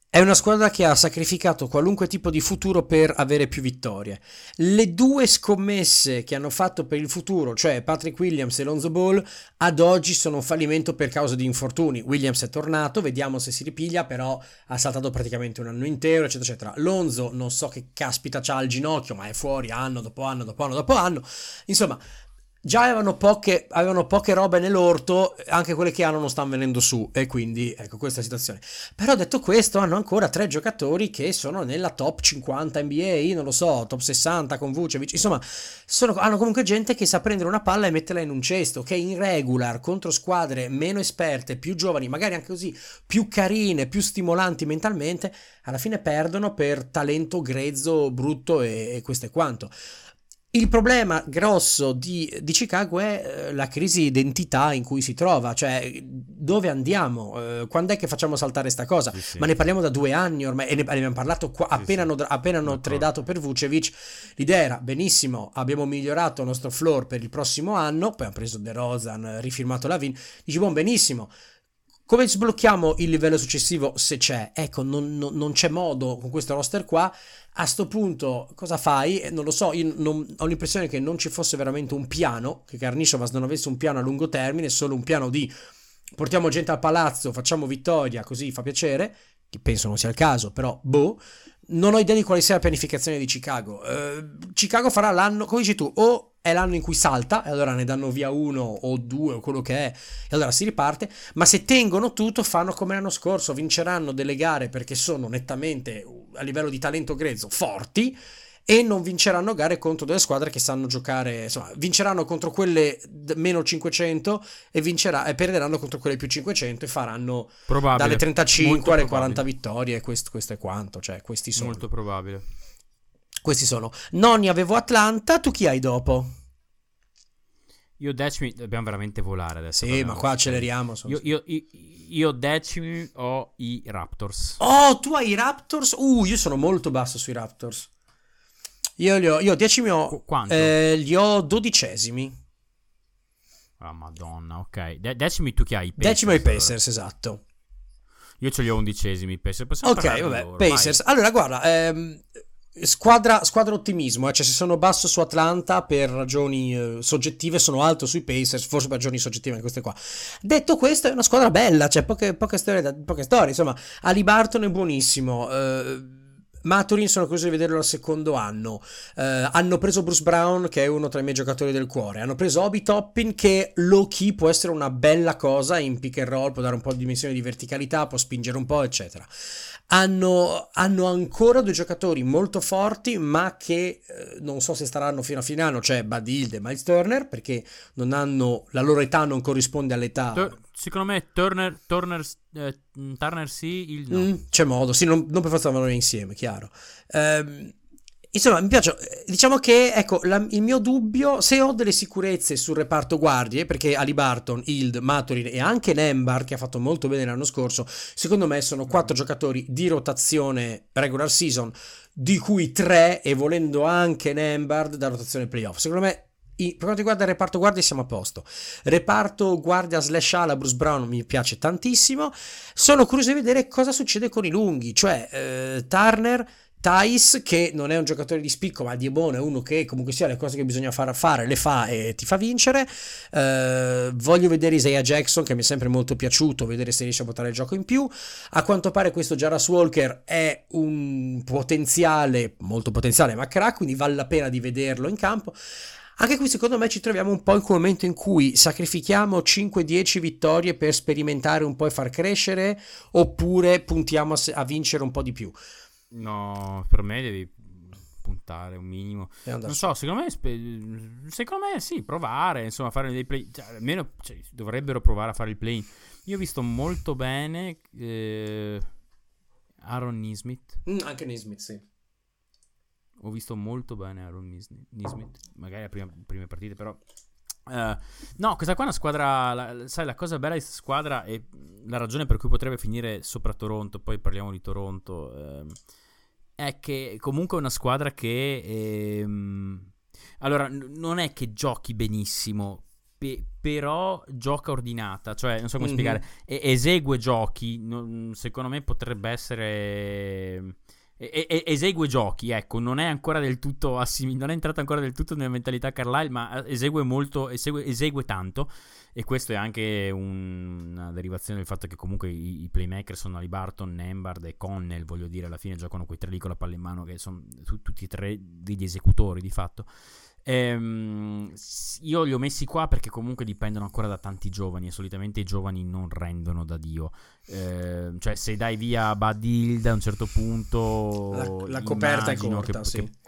È una squadra che ha sacrificato qualunque tipo di futuro per avere più vittorie. Le due scommesse che hanno fatto per il futuro, cioè Patrick Williams e Lonzo Ball, ad oggi sono un fallimento per causa di infortuni. Williams è tornato, vediamo se si ripiglia, però ha saltato praticamente un anno intero, eccetera, eccetera. Lonzo non so che caspita c'ha al ginocchio, ma è fuori anno dopo anno dopo anno dopo anno. Insomma, già avevano poche, avevano poche robe nell'orto, anche quelle che hanno non stanno venendo su, e quindi ecco questa situazione. Però detto questo, hanno ancora tre giocatori che sono nella top cinquanta N B A, non lo so, top sessanta con Vucevic, insomma, sono, hanno comunque gente che sa prendere una palla e metterla in un cesto, che in regular contro squadre meno esperte, più giovani, magari anche così, più carine, più stimolanti mentalmente, alla fine perdono per talento grezzo, brutto e, e questo è quanto. Il problema grosso di, di Chicago è eh, la crisi di identità in cui si trova, cioè dove andiamo, eh, quando è che facciamo saltare sta cosa? Sì, sì. Ma ne parliamo da due anni ormai e ne, ne abbiamo parlato qua, Sì, appena, sì. hanno, appena hanno D'accordo. tradato per Vucevic. L'idea era benissimo, abbiamo migliorato il nostro floor per il prossimo anno, poi hanno preso DeRozan, rifirmato Lavin, dici buon benissimo. Come sblocchiamo il livello successivo se c'è? Ecco, non, non- non c'è modo con questo roster qua. A sto punto cosa fai? Eh, Non lo so, io non- ho l'impressione che non ci fosse veramente un piano, che Karnisovas non avesse un piano a lungo termine, solo un piano di portiamo gente al palazzo, facciamo vittoria, così fa piacere, che penso non sia il caso, però boh. Non ho idea di quale sia la pianificazione di Chicago. Eh, Chicago farà l'anno, come dici tu, o è l'anno in cui salta, e allora ne danno via uno o due o quello che è, e allora si riparte, ma se tengono tutto fanno come l'anno scorso, vinceranno delle gare perché sono nettamente a livello di talento grezzo forti e non vinceranno gare contro delle squadre che sanno giocare, insomma, vinceranno contro quelle d- meno cinquecento e, vincerà, e perderanno contro quelle più cinquecento e faranno dalle Probabile. trentacinque Molto alle probabile. quaranta vittorie e questo, questo è quanto, cioè questi sono. Molto probabile. Questi sono. Nonni avevo Atlanta, tu chi hai dopo? Io decimi, dobbiamo veramente volare adesso. Sì, parliamo ma qua di- acceleriamo. sono- Io, io, io, io decimi ho i Raptors. Oh, tu hai i Raptors? Uh, io sono molto basso sui Raptors. Io li ho, io decimi ho, Qu- quanto? eh, li ho dodicesimi. Ah, madonna, ok. De- decimi tu chi hai? I Pacers, Decimo i allora. Pacers, esatto. Io ce li ho undicesimi i Pacers. Possiamo Ok, parlare di vabbè, loro, vai. Pacers. Allora, guarda, ehm, squadra, squadra ottimismo, eh, cioè se sono basso su Atlanta per ragioni eh, soggettive, sono alto sui Pacers, forse per ragioni soggettive anche queste qua. Detto questo, è una squadra bella, cioè poche, poche storie, da- poche storie, insomma, Ali Barton è buonissimo, eh, Maturin sono curioso di vederlo al secondo anno. Eh, hanno preso Bruce Brown, che è uno tra i miei giocatori del cuore. Hanno preso Obi Toppin, che low key può essere una bella cosa in pick and roll, può dare un po' di dimensione di verticalità, può spingere un po', eccetera. Hanno, hanno ancora due giocatori molto forti, ma che eh, non so se staranno fino a fine anno, cioè Buddy Hield e Miles Turner, perché non hanno, la loro età non corrisponde all'età. Tur- secondo me Turner, Turner, eh, Turner sì, il no. Mm, c'è modo, sì, non, non per forza vanno insieme, chiaro. Ehm, insomma, mi piace. Diciamo che, ecco, la- il mio dubbio, se ho delle sicurezze sul reparto guardie, perché Ali Barton, Hield, Maturin e anche Nembar, che ha fatto molto bene l'anno scorso, secondo me sono quattro giocatori di rotazione regular season, di cui tre, e volendo anche Nembar, da rotazione playoff. Secondo me, i- per quanto riguarda il reparto guardie siamo a posto. Reparto guardia slash ala Bruce Brown mi piace tantissimo. Sono curioso di vedere cosa succede con i lunghi, cioè eh, Turner, Thais, che non è un giocatore di spicco ma di buono, è uno che comunque sia le cose che bisogna fare, fare le fa e ti fa vincere. Eh, voglio vedere Isaiah Jackson, che mi è sempre molto piaciuto, vedere se riesce a portare il gioco in più. A quanto pare questo Jarras Walker è un potenziale, molto potenziale, ma crack, quindi vale la pena di vederlo in campo. Anche qui secondo me ci troviamo un po' in quel momento in cui sacrifichiamo cinque dieci vittorie per sperimentare un po' e far crescere, oppure puntiamo a, se- a vincere un po' di più. No, per me devi puntare un minimo. E andare Non su. so, secondo me, spe- secondo me sì, provare, insomma, fare dei play, cioè, almeno cioè, dovrebbero provare a fare il play. Io ho visto molto bene eh, Aaron Nismith. Mm, anche Nesmith, sì. Ho visto molto bene Aaron Nis- Nismith, magari a prima, prime partite, però eh, no, questa qua è una squadra, la- sai, la cosa bella di questa squadra e la ragione per cui potrebbe finire sopra Toronto, poi parliamo di Toronto, ehm, è che comunque è una squadra che ehm, allora n- non è che giochi benissimo, pe- però gioca ordinata, cioè non so come Mhm. spiegare, e- esegue giochi, non- secondo me potrebbe essere... e- e- esegue giochi, ecco, non è ancora del tutto assimi- non è entrato ancora del tutto nella mentalità Carlisle, ma esegue molto, esegue, esegue tanto, e questo è anche un- una derivazione del fatto che comunque i, i playmaker sono Haliburton, Nembhard e Connell, voglio dire, alla fine giocano quei tre lì con la palla in mano che sono tu- tutti e tre degli esecutori di fatto. Ehm, s- io li ho messi qua perché comunque dipendono ancora da tanti giovani e solitamente i giovani non rendono da Dio. Ehm, cioè se dai via Bud Hield a un certo punto La, la coperta è immagino corta, che, sì. che-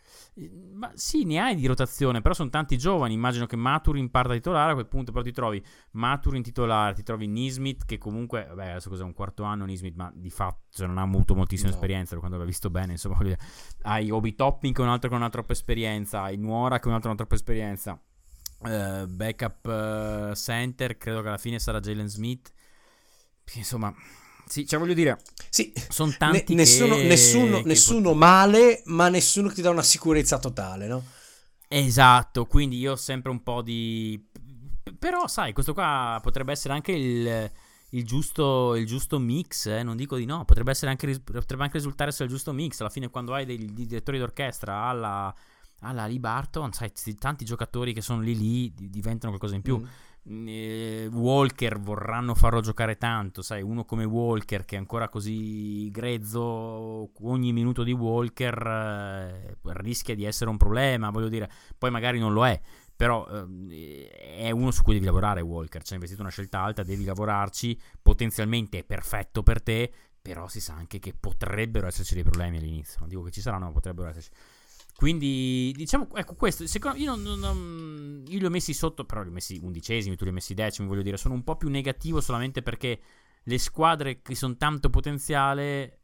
ma sì, ne hai di rotazione, però sono tanti giovani. Immagino che Maturin parta titolare. A quel punto, però, ti trovi Maturin titolare, ti trovi Nismith, che comunque, vabbè, adesso cos'è un quarto anno Nismith, ma di fatto cioè, non ha avuto moltissima No. esperienza. Da quando aveva visto bene, insomma, voglio dire. Hai Obi Toppin, che è un altro che non ha troppa esperienza. Hai Nuora, che è un altro che non ha troppa esperienza. Eh, backup eh, center, credo che alla fine sarà Jalen Smith. Insomma, sì, cioè, voglio dire. Sì, Sono ne- tanti nessuno, che, nessuno, che nessuno pot- male, ma nessuno che ti dà una sicurezza totale, no? Esatto, quindi io ho sempre un po' di... Però, sai, questo qua potrebbe essere anche il, il giusto, il giusto mix, eh, non dico di no, potrebbe, essere anche, ris- potrebbe anche risultare essere il giusto mix. Alla fine quando hai dei, dei direttori d'orchestra alla, alla Lee Barton, sai, t- tanti giocatori che sono lì lì di- diventano qualcosa in più. Mm. Eh, Walker vorranno farlo giocare tanto, sai, uno come Walker che è ancora così grezzo, ogni minuto di Walker eh, rischia di essere un problema, voglio dire, poi magari non lo è, però eh, è uno su cui devi lavorare Walker, ci hai investito una scelta alta, devi lavorarci, potenzialmente è perfetto per te, però si sa anche che potrebbero esserci dei problemi all'inizio, non dico che ci saranno, ma potrebbero esserci. Quindi diciamo, ecco, questo secondo io, non, non- io li ho messi sotto, però li ho messi undicesimi, tu li hai messi decimi, voglio dire, sono un po' più negativo solamente perché le squadre che sono tanto potenziale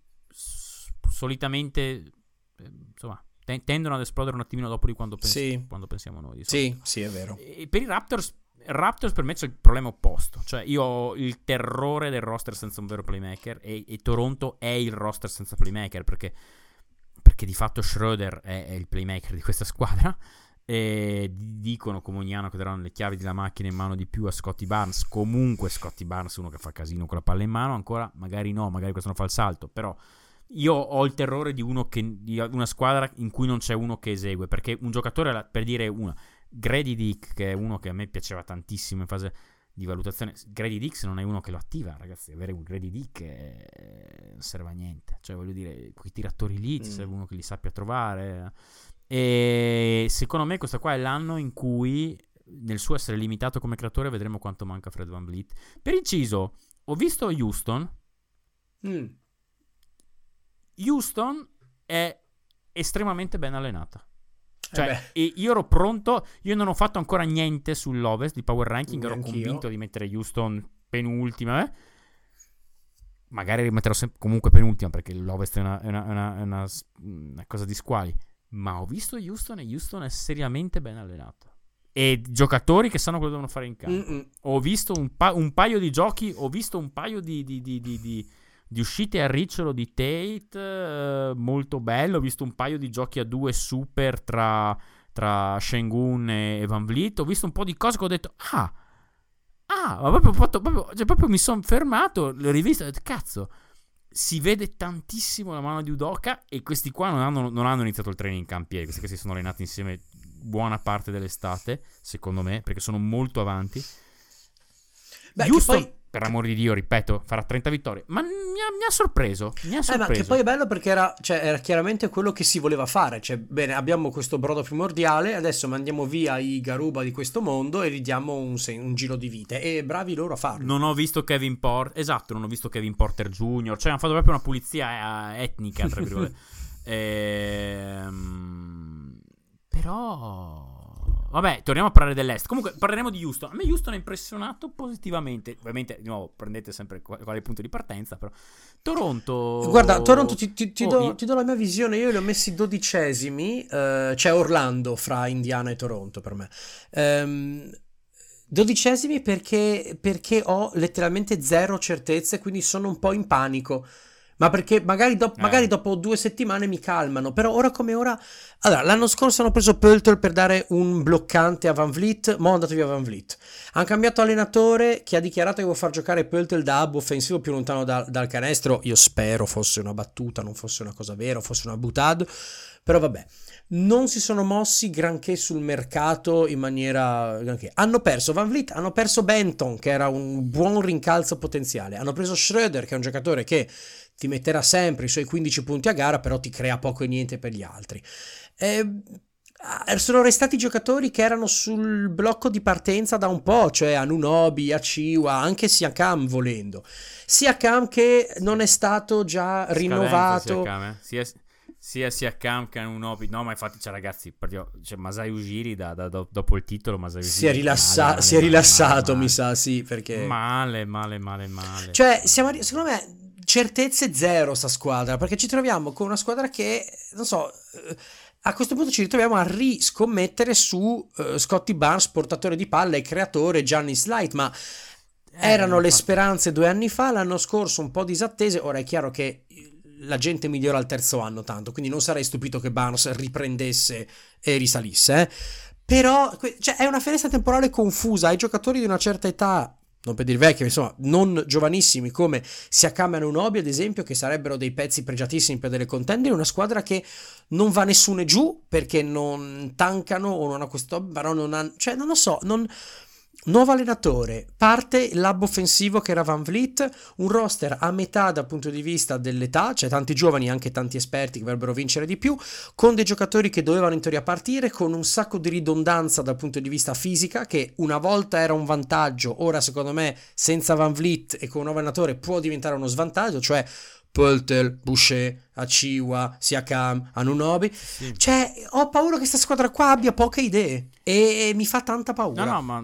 s- solitamente eh, insomma te- tendono ad esplodere un attimino dopo di quando, pens- Sì. quando pensiamo noi di solito. Sì, sì, è vero. E per i Raptors Raptors per me c'è il problema opposto, cioè io ho il terrore del roster senza un vero playmaker e, e Toronto è il roster senza playmaker perché perché di fatto Schroeder è, è il playmaker di questa squadra e dicono come ogni anno che daranno le chiavi della macchina in mano di più a Scotty Barnes. Comunque Scotty Barnes è uno che fa casino con la palla in mano, ancora magari no, magari questo non fa il salto, però io ho il terrore di uno che di una squadra in cui non c'è uno che esegue, perché un giocatore, per dire una, Grady Dick, che è uno che a me piaceva tantissimo in fase di valutazione, Grady Dick se non è uno che lo attiva, ragazzi, avere un Grady Dick è... non serve a niente, cioè voglio dire, quei tiratori lì ti Mm. serve uno che li sappia trovare, e secondo me questo qua è l'anno in cui nel suo essere limitato come creatore vedremo quanto manca Fred VanVleet. Per inciso, ho visto Houston. Mm. Houston è estremamente ben allenata. Cioè, Eh e io ero pronto, io non ho fatto ancora niente sull'Ovest di Power Ranking, ero Neanch'io. convinto di mettere Houston penultima, eh. Magari rimetterò sem- comunque penultima perché l'Ovest è una, è una, è una, è una, una cosa di squali, ma ho visto Houston e Houston è seriamente ben allenata. E giocatori che sanno quello che devono fare in campo. Mm-mm. Ho visto un, pa- un paio di giochi, ho visto un paio di, di, di, di, di, di uscite a ricciolo di Tate, eh, molto bello. Ho visto un paio di giochi a due super tra, tra Şengün e VanVleet. Ho visto un po' di cose che ho detto, ah, ah, ma proprio, fatto, proprio, cioè proprio mi sono fermato, l'ho rivista e ho detto, cazzo, si vede tantissimo la mano di Udoka e questi qua non hanno, non hanno iniziato il training camp ieri, questi che si sono allenati insieme buona parte dell'estate, secondo me, perché sono molto avanti. Beh, Houston, che poi... per amor di Dio, ripeto, farà trenta vittorie, ma mi ha, mi ha sorpreso, mi ha Eh, sorpreso. ma che poi è bello perché era, cioè, era chiaramente quello che si voleva fare. Cioè, bene, abbiamo questo brodo primordiale, adesso mandiamo via i Garuba di questo mondo e ridiamo un, se- un giro di vite. E bravi loro a farlo. Non ho visto Kevin Porter, esatto, non ho visto Kevin Porter Junior, cioè hanno fatto proprio una pulizia eh, etnica, tra virgolette. ehm, però... Vabbè, torniamo a parlare dell'Est. Comunque, parleremo di Houston. A me Houston ha impressionato positivamente. Ovviamente, di nuovo, prendete sempre qual, qual è il punto di partenza, però. Toronto... Guarda, Toronto ti, ti- ti Oh, do, io- ti do la mia visione. Io li ho messi dodicesimi. eh, c'è Orlando fra Indiana e Toronto per me. Ehm, dodicesimi perché, perché ho letteralmente zero certezze, quindi sono un po' in panico. Ma perché magari, do- magari Eh. dopo due settimane mi calmano, però ora come ora... Allora, l'anno scorso hanno preso Pöltl per dare un bloccante a Van Vliet, mo' è andato via Van Vliet. Hanno cambiato allenatore che ha dichiarato che vuole far giocare Pöltl da hub offensivo più lontano da- dal canestro. Io spero fosse una battuta, non fosse una cosa vera, fosse una boutade, però vabbè. Non si sono mossi granché sul mercato in maniera granché. Hanno perso Van Vliet, hanno perso Benton, che era un buon rincalzo potenziale. Hanno preso Schröder, che è un giocatore che ti metterà sempre i suoi quindici punti a gara, però ti crea poco e niente per gli altri. Eh, sono restati giocatori che erano sul blocco di partenza da un po', cioè Anunoby, Achiuwa, anche Siakam volendo. Siakam che non è stato già Scadenza rinnovato. Siakam, eh. sia, sia Siakam che Anunoby. No, ma infatti, cioè, ragazzi, proprio, cioè, Masai Ujiri da, da, do, dopo il titolo Masai Ujiri Si è, rilassa- male, male, si è rilassato, male, mi sa, sì, perché... male, male, male, male. Cioè, siamo, arri- secondo me, certezze zero sta squadra, perché ci troviamo con una squadra che, non so, eh, a questo punto ci ritroviamo a riscommettere su eh, Scotty Barnes, portatore di palla e creatore Giannis Light, ma Eh, erano le infatti. speranze due anni fa, l'anno scorso un po' disattese, ora è chiaro che la gente migliora al terzo anno tanto, quindi non sarei stupito che Barnes riprendesse e risalisse, eh. Però que- cioè, è una finestra temporale confusa, ai giocatori di una certa età, non per dire vecchi, insomma, non giovanissimi come Siakam e Anunoby ad esempio, che sarebbero dei pezzi pregiatissimi per delle contender, una squadra che non va nessuno giù perché non tankano o non ha questo, però non ha, cioè non lo so, non... Nuovo allenatore, parte il lab offensivo che era Van Vliet, un roster a metà dal punto di vista dell'età, cioè tanti giovani e anche tanti esperti che dovrebbero vincere di più, con dei giocatori che dovevano in teoria partire, con un sacco di ridondanza dal punto di vista fisica, che una volta era un vantaggio, ora secondo me senza Van Vliet e con un nuovo allenatore può diventare uno svantaggio, cioè Pöltl, Boucher, Achiuwa, Siakam, Anunoby. Sì. Cioè, ho paura che questa squadra qua abbia poche idee e mi fa tanta paura. No, no, ma...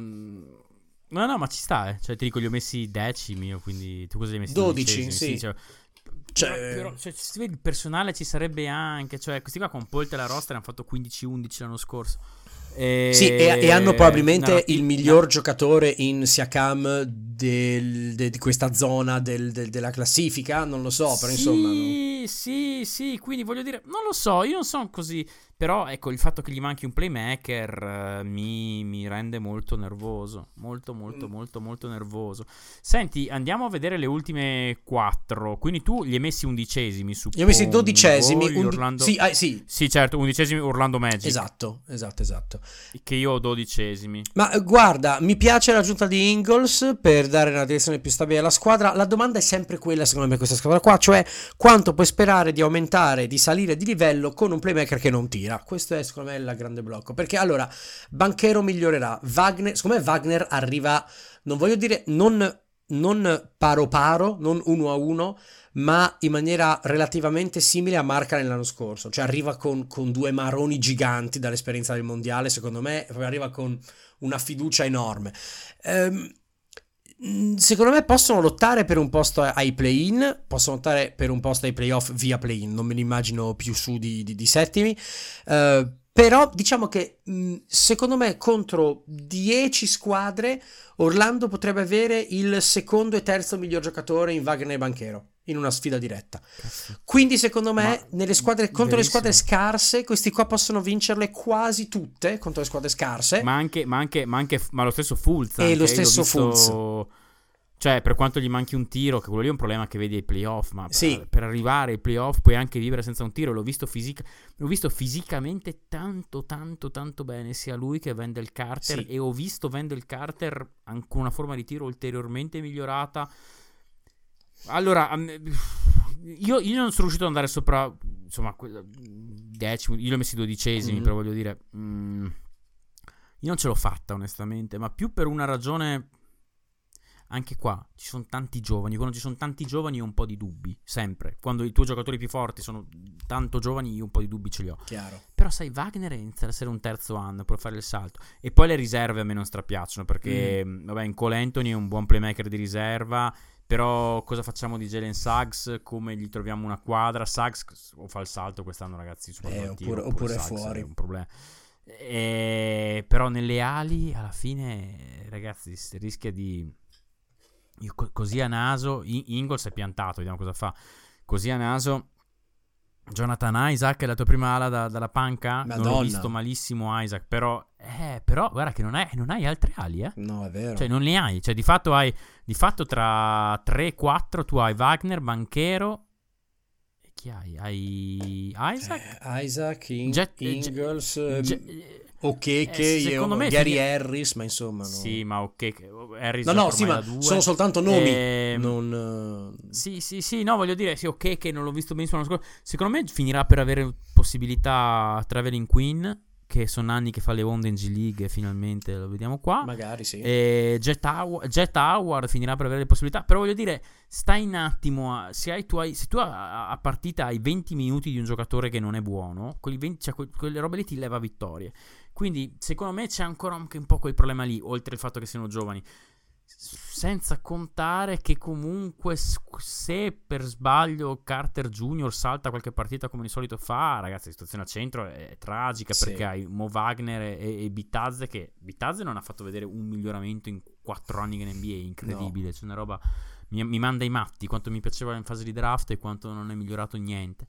No, no, ma ci sta, eh. Cioè, ti dico, li ho messi decimi, io, quindi... Tu cosa li hai messi? dodici, dodicesimi? sì. Cioè... Cioè- Però, però, cioè, se vedi il personale ci sarebbe anche... Cioè, questi qua con Pöltl e la roster hanno fatto quindici undici l'anno scorso. E... Sì, e, e hanno probabilmente narrati- il miglior giocatore in Siakam del- de- di questa zona del- del- della classifica, non lo so, però sì, insomma... no. sì, sì, quindi voglio dire, non lo so, io non sono così, però ecco, il fatto che gli manchi un playmaker eh, mi, mi rende molto nervoso, molto, molto, Mm. molto, molto nervoso. Senti, andiamo a vedere le ultime quattro, quindi tu li hai messi undicesimi, suppongo. Io ho messi dodicesimi. gli undi- Orlando... Sì, ah, sì, Sì, certo, undicesimi Orlando Magic, esatto, esatto, esatto. che io ho dodicesimi. Ma eh, guarda, mi piace l'aggiunta di Ingles per dare una direzione più stabile alla squadra. La domanda è sempre quella, secondo me, questa squadra qua, cioè quanto puoi sperare di aumentare, di salire di livello con un playmaker che non tira. Questo è, secondo me, il grande blocco. Perché allora, Banchero migliorerà, Wagner, secondo me Wagner arriva, non voglio dire, non, non paro paro, non uno a uno, ma in maniera relativamente simile a Markkanen l'anno scorso, cioè arriva con, con due maroni giganti dall'esperienza del mondiale, secondo me, e poi arriva con una fiducia enorme. Ehm, mh, secondo me possono lottare per un posto ai play-in, possono lottare per un posto ai playoff via play-in, non me li immagino più su di, di, di settimi, eh, però diciamo che mh, secondo me contro dieci squadre Orlando potrebbe avere il secondo e terzo miglior giocatore in Wagner e Banchero in una sfida diretta. Quindi secondo me Ma- nelle squadre contro le verissimo. squadre scarse questi qua possono vincerle quasi tutte contro le squadre scarse. Ma anche, ma anche, ma anche, ma lo stesso Fultz. E anche, lo io stesso l'ho visto- Cioè, per quanto gli manchi un tiro, che quello lì è un problema che vedi ai playoff, ma Sì. per, per arrivare ai playoff puoi anche vivere senza un tiro. L'ho visto, fisica- l'ho visto fisicamente tanto, tanto, tanto bene, sia lui che Wendell Carter. Sì. E ho visto Wendell Carter anche con una forma di tiro ulteriormente migliorata. Allora, a me- io, io non sono riuscito ad andare sopra, insomma, que- decimi, io l'ho messi dodicesimi, Mhm. però voglio dire, mm, io non ce l'ho fatta onestamente, ma più per una ragione, anche qua, ci sono tanti giovani, quando ci sono tanti giovani ho un po' di dubbi, sempre, quando i tuoi giocatori più forti sono tanto giovani io un po' di dubbi ce li ho. Chiaro. Però sai, Wagner inizia ad essere un terzo anno, può fare il salto. E poi le riserve a me non strapiacciono, perché, mm. vabbè, in Cole Anthony è un buon playmaker di riserva, però cosa facciamo di Jalen Suggs? Come gli troviamo una quadra? Suggs o fa il salto quest'anno, ragazzi, soprattutto Eh, al tiro, oppure- oppure Suggs fuori. è un problema. E, però nelle ali, alla fine, ragazzi, si rischia di... Io co- così a naso, I- Ingles è piantato, vediamo cosa fa. così a naso. Jonathan Isaac è la tua prima ala da, dalla panca? Madonna. Non l'ho visto malissimo Isaac, però eh, però guarda che non hai, non hai altri ali, eh? No, è vero. Cioè non li hai, cioè di fatto hai di fatto tra tre e quattro tu hai Wagner, Banchero e chi hai? Hai Isaac? Eh, Isaac, In- Jet- Ingles, Jet- ehm, ok, che eh, secondo io, me Gary fini- Harris, ma insomma no. Sì, ma ok, Harris No, è no, ormai sì, ma da due. sono soltanto nomi, Ehm, non eh, Sì, sì, sì, no, voglio dire, sì, ok che non l'ho visto benissimo l'anno scorso. Secondo me finirà per avere possibilità Traveling Queen, che sono anni che fa le onde in G League e finalmente lo vediamo qua. magari sì. E Jet, Howard, Jet Howard finirà per avere le possibilità. Però voglio dire, stai un attimo a, se, hai, tu hai, se tu a, a partita hai venti minuti di un giocatore che non è buono, quei venti, cioè, que, quelle robe lì ti leva vittorie. Quindi secondo me c'è ancora anche un po' quel problema lì, oltre il fatto che siano giovani. Senza contare che comunque se per sbaglio Carter Junior salta qualche partita come di solito fa, ragazzi, la situazione a centro è, è tragica, Sì. perché hai Mo Wagner e, e Bitadze, che Bitadze non ha fatto vedere un miglioramento in quattro anni che in N B A, incredibile, no. C'è una roba, mi, mi manda i matti, quanto mi piaceva in fase di draft e quanto non è migliorato niente.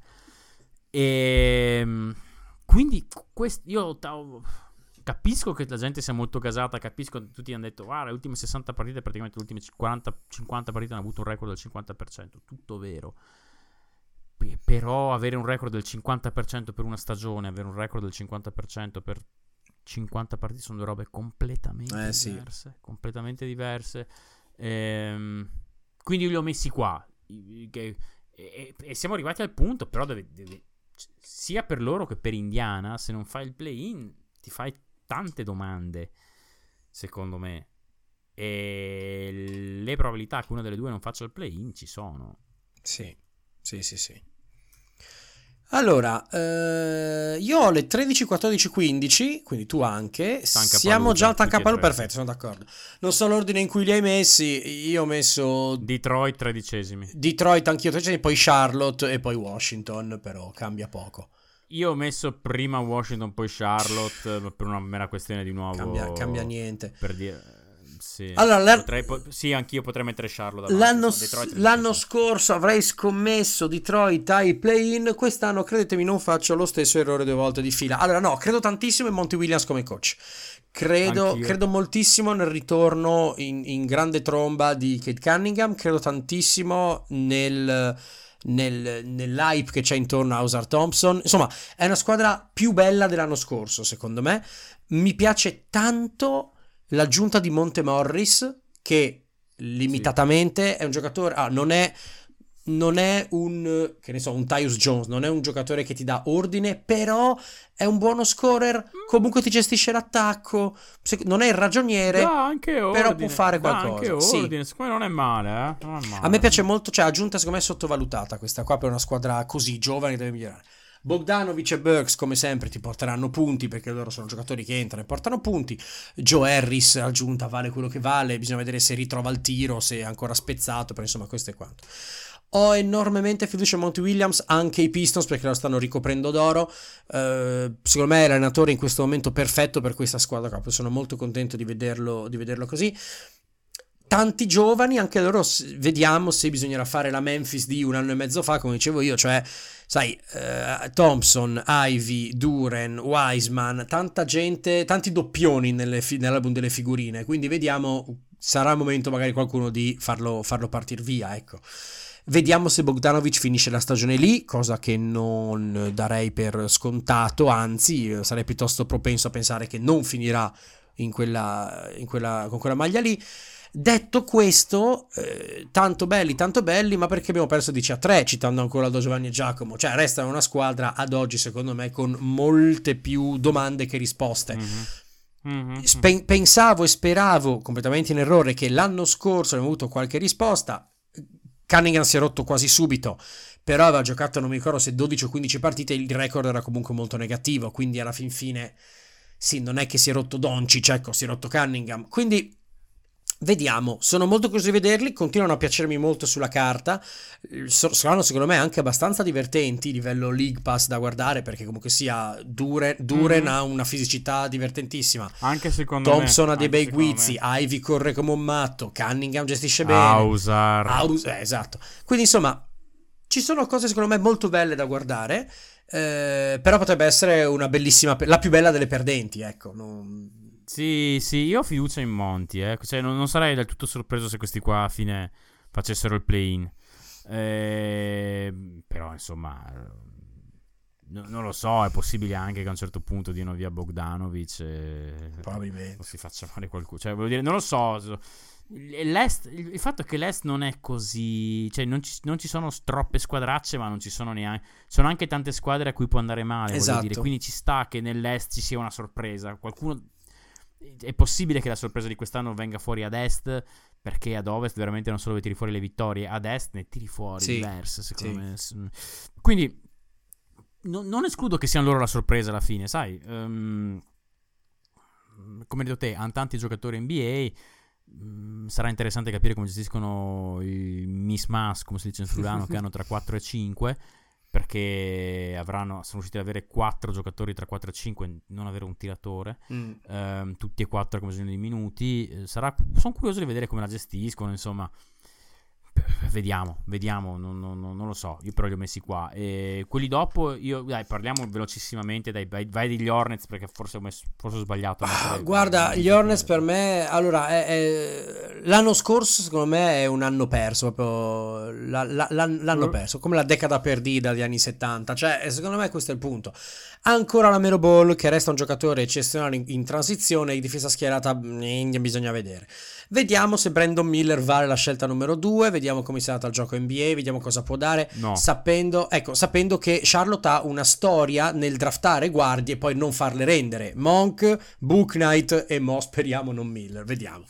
E quindi quest, io capisco che la gente sia molto gasata, capisco, tutti hanno detto guarda, le ultime sessanta partite, praticamente le ultime quaranta cinquanta partite hanno avuto un record del cinquanta per cento, tutto vero. P- però avere un record del cinquanta per cento per una stagione, avere un record del cinquanta per cento per cinquanta partite sono due robe completamente eh, diverse, sì. completamente diverse. Ehm, quindi io li ho messi qua e, e, e siamo arrivati al punto, però deve, deve, sia per loro che per Indiana, se non fai il play-in ti fai tante domande, secondo me, e le probabilità che una delle due non faccia il play-in ci sono. Sì, sì, sì, sì. Allora, eh, io ho le tredici, quattordici, quindici, quindi tu anche. Stanca Siamo Palusa, già tanca tutti e Palu, tre. perfetto, sono d'accordo. Non so l'ordine in cui li hai messi, io ho messo Detroit tredicesimi. Detroit anch'io tredicesimi, poi Charlotte e poi Washington, però cambia poco. Io ho messo prima Washington, poi Charlotte, per una mera questione di nuovo. Cambia, cambia niente. Per dire, sì. Allora, la- Potrei, po- sì, anch'io potrei mettere Charlotte davanti. L'anno, insomma, Detroit l'anno scorso avrei scommesso Detroit ai play-in, quest'anno credetemi non faccio lo stesso errore due volte di fila. Allora no, credo tantissimo in Monty Williams come coach, credo, credo moltissimo nel ritorno in, in grande tromba di Kate Cunningham, credo tantissimo nel, nel, nell'hype che c'è intorno a Ausar Thompson. Insomma è una squadra più bella dell'anno scorso secondo me. Mi piace tanto l'aggiunta di Monte Morris, che limitatamente sì. È un giocatore, ah, non è non è un, che ne so, un Tyus Jones, non è un giocatore che ti dà ordine, però è un buono scorer, comunque ti gestisce l'attacco, non è il ragioniere, dà anche ordine, però può fare qualcosa. Dà anche ordine, sì. Secondo me non è male, eh? Non è male. A me piace molto, cioè aggiunta secondo me sottovalutata questa qua per una squadra così giovane che deve migliorare. Bogdanovic e Burks come sempre ti porteranno punti, perché loro sono giocatori che entrano e portano punti. Joe Harris aggiunta vale quello che vale, bisogna vedere se ritrova il tiro, se è ancora spezzato, però insomma questo è quanto. Ho enormemente fiducia in Monty Williams, anche i Pistons perché lo stanno ricoprendo d'oro. Uh, secondo me è l'allenatore in questo momento perfetto per questa squadra qua, sono molto contento di vederlo, di vederlo così. Tanti giovani, anche loro, vediamo se bisognerà fare la Memphis di un anno e mezzo fa, come dicevo io, cioè sai, uh, Thompson, Ivy, Duren, Wiseman, tanta gente, tanti doppioni nelle fi- nell'album delle figurine, quindi vediamo, sarà il momento magari qualcuno di farlo, farlo partire via, ecco. Vediamo se Bogdanovic finisce la stagione lì, cosa che non darei per scontato, anzi sarei piuttosto propenso a pensare che non finirà in quella, in quella, con quella maglia lì. Detto questo, eh, tanto belli, tanto belli, ma perché abbiamo perso dieci a tre, citando ancora Aldo, Giovanni e Giacomo, cioè resta una squadra ad oggi secondo me con molte più domande che risposte. Mm-hmm. Mm-hmm. Spe- pensavo e speravo completamente in errore che l'anno scorso abbiamo avuto qualche risposta. Cunningham si è rotto quasi subito, però aveva giocato, non mi ricordo se dodici o quindici partite, il record era comunque molto negativo, quindi alla fin fine sì, non è che si è rotto Doncic, ecco, si è rotto Cunningham, quindi vediamo, sono molto curioso di vederli, continuano a piacermi molto sulla carta, saranno secondo me anche abbastanza divertenti, livello League Pass da guardare, perché comunque sia Duren, Duren mm-hmm. ha una fisicità divertentissima, anche secondo Thompson me, ha dei bei guizzi, Ivy corre come un matto, Cunningham gestisce bene, Ausar, Aus- eh, esatto, quindi insomma ci sono cose secondo me molto belle da guardare, eh, però potrebbe essere una bellissima, la più bella delle perdenti, ecco. Non... Sì, sì, io ho fiducia in Monty, eh. Cioè, non, non sarei del tutto sorpreso se questi qua a fine facessero il play-in. Eh, però, insomma, no, non lo so, è possibile anche che a un certo punto diano via Bogdanovic e probabilmente o si faccia male qualcuno. Cioè, voglio dire, non lo so. L'Est, il fatto è che l'Est non è così, cioè non ci, non ci sono troppe squadracce, ma non ci sono neanche, sono anche tante squadre a cui può andare male, esatto. voglio dire, quindi ci sta che nell'Est ci sia una sorpresa. Qualcuno, è possibile che la sorpresa di quest'anno venga fuori ad Est, perché ad Ovest veramente non solo tiri fuori le vittorie, ad Est ne tiri fuori sì, diverse, secondo sì. me. Quindi no, non escludo che siano loro la sorpresa alla fine, sai. Um, come hai detto te, hanno tanti giocatori N B A. Sarà interessante capire come gestiscono il mismatch, come si dice in friulano, che hanno tra quattro e cinque, perché avranno, sono riusciti ad avere quattro giocatori tra quattro e cinque, non avere un tiratore, mm. ehm, tutti e quattro come bisogno di minuti. Sarà, sono curioso di vedere come la gestiscono, insomma. Vediamo, vediamo, non, non, non lo so, io però li ho messi qua. E quelli dopo, io dai, parliamo velocissimamente, dai, vai, vai degli Hornets, perché forse ho, messo, forse ho sbagliato. Ah, guarda, gli Hornets per me, allora, è, è, l'anno scorso secondo me è un anno perso, proprio la, la, l'anno uh. perso, come la decada perdita degli anni settanta, cioè secondo me questo è il punto. Ancora la Melo Ball, che resta un giocatore eccezionale in, in transizione, in difesa schierata bisogna vedere. Vediamo se Brandon Miller vale la scelta numero due, vediamo come si è dato al gioco N B A, vediamo cosa può dare, no. sapendo, ecco, sapendo che Charlotte ha una storia nel draftare guardie e poi non farle rendere. Monk, Book Knight e mo speriamo non Miller, vediamo.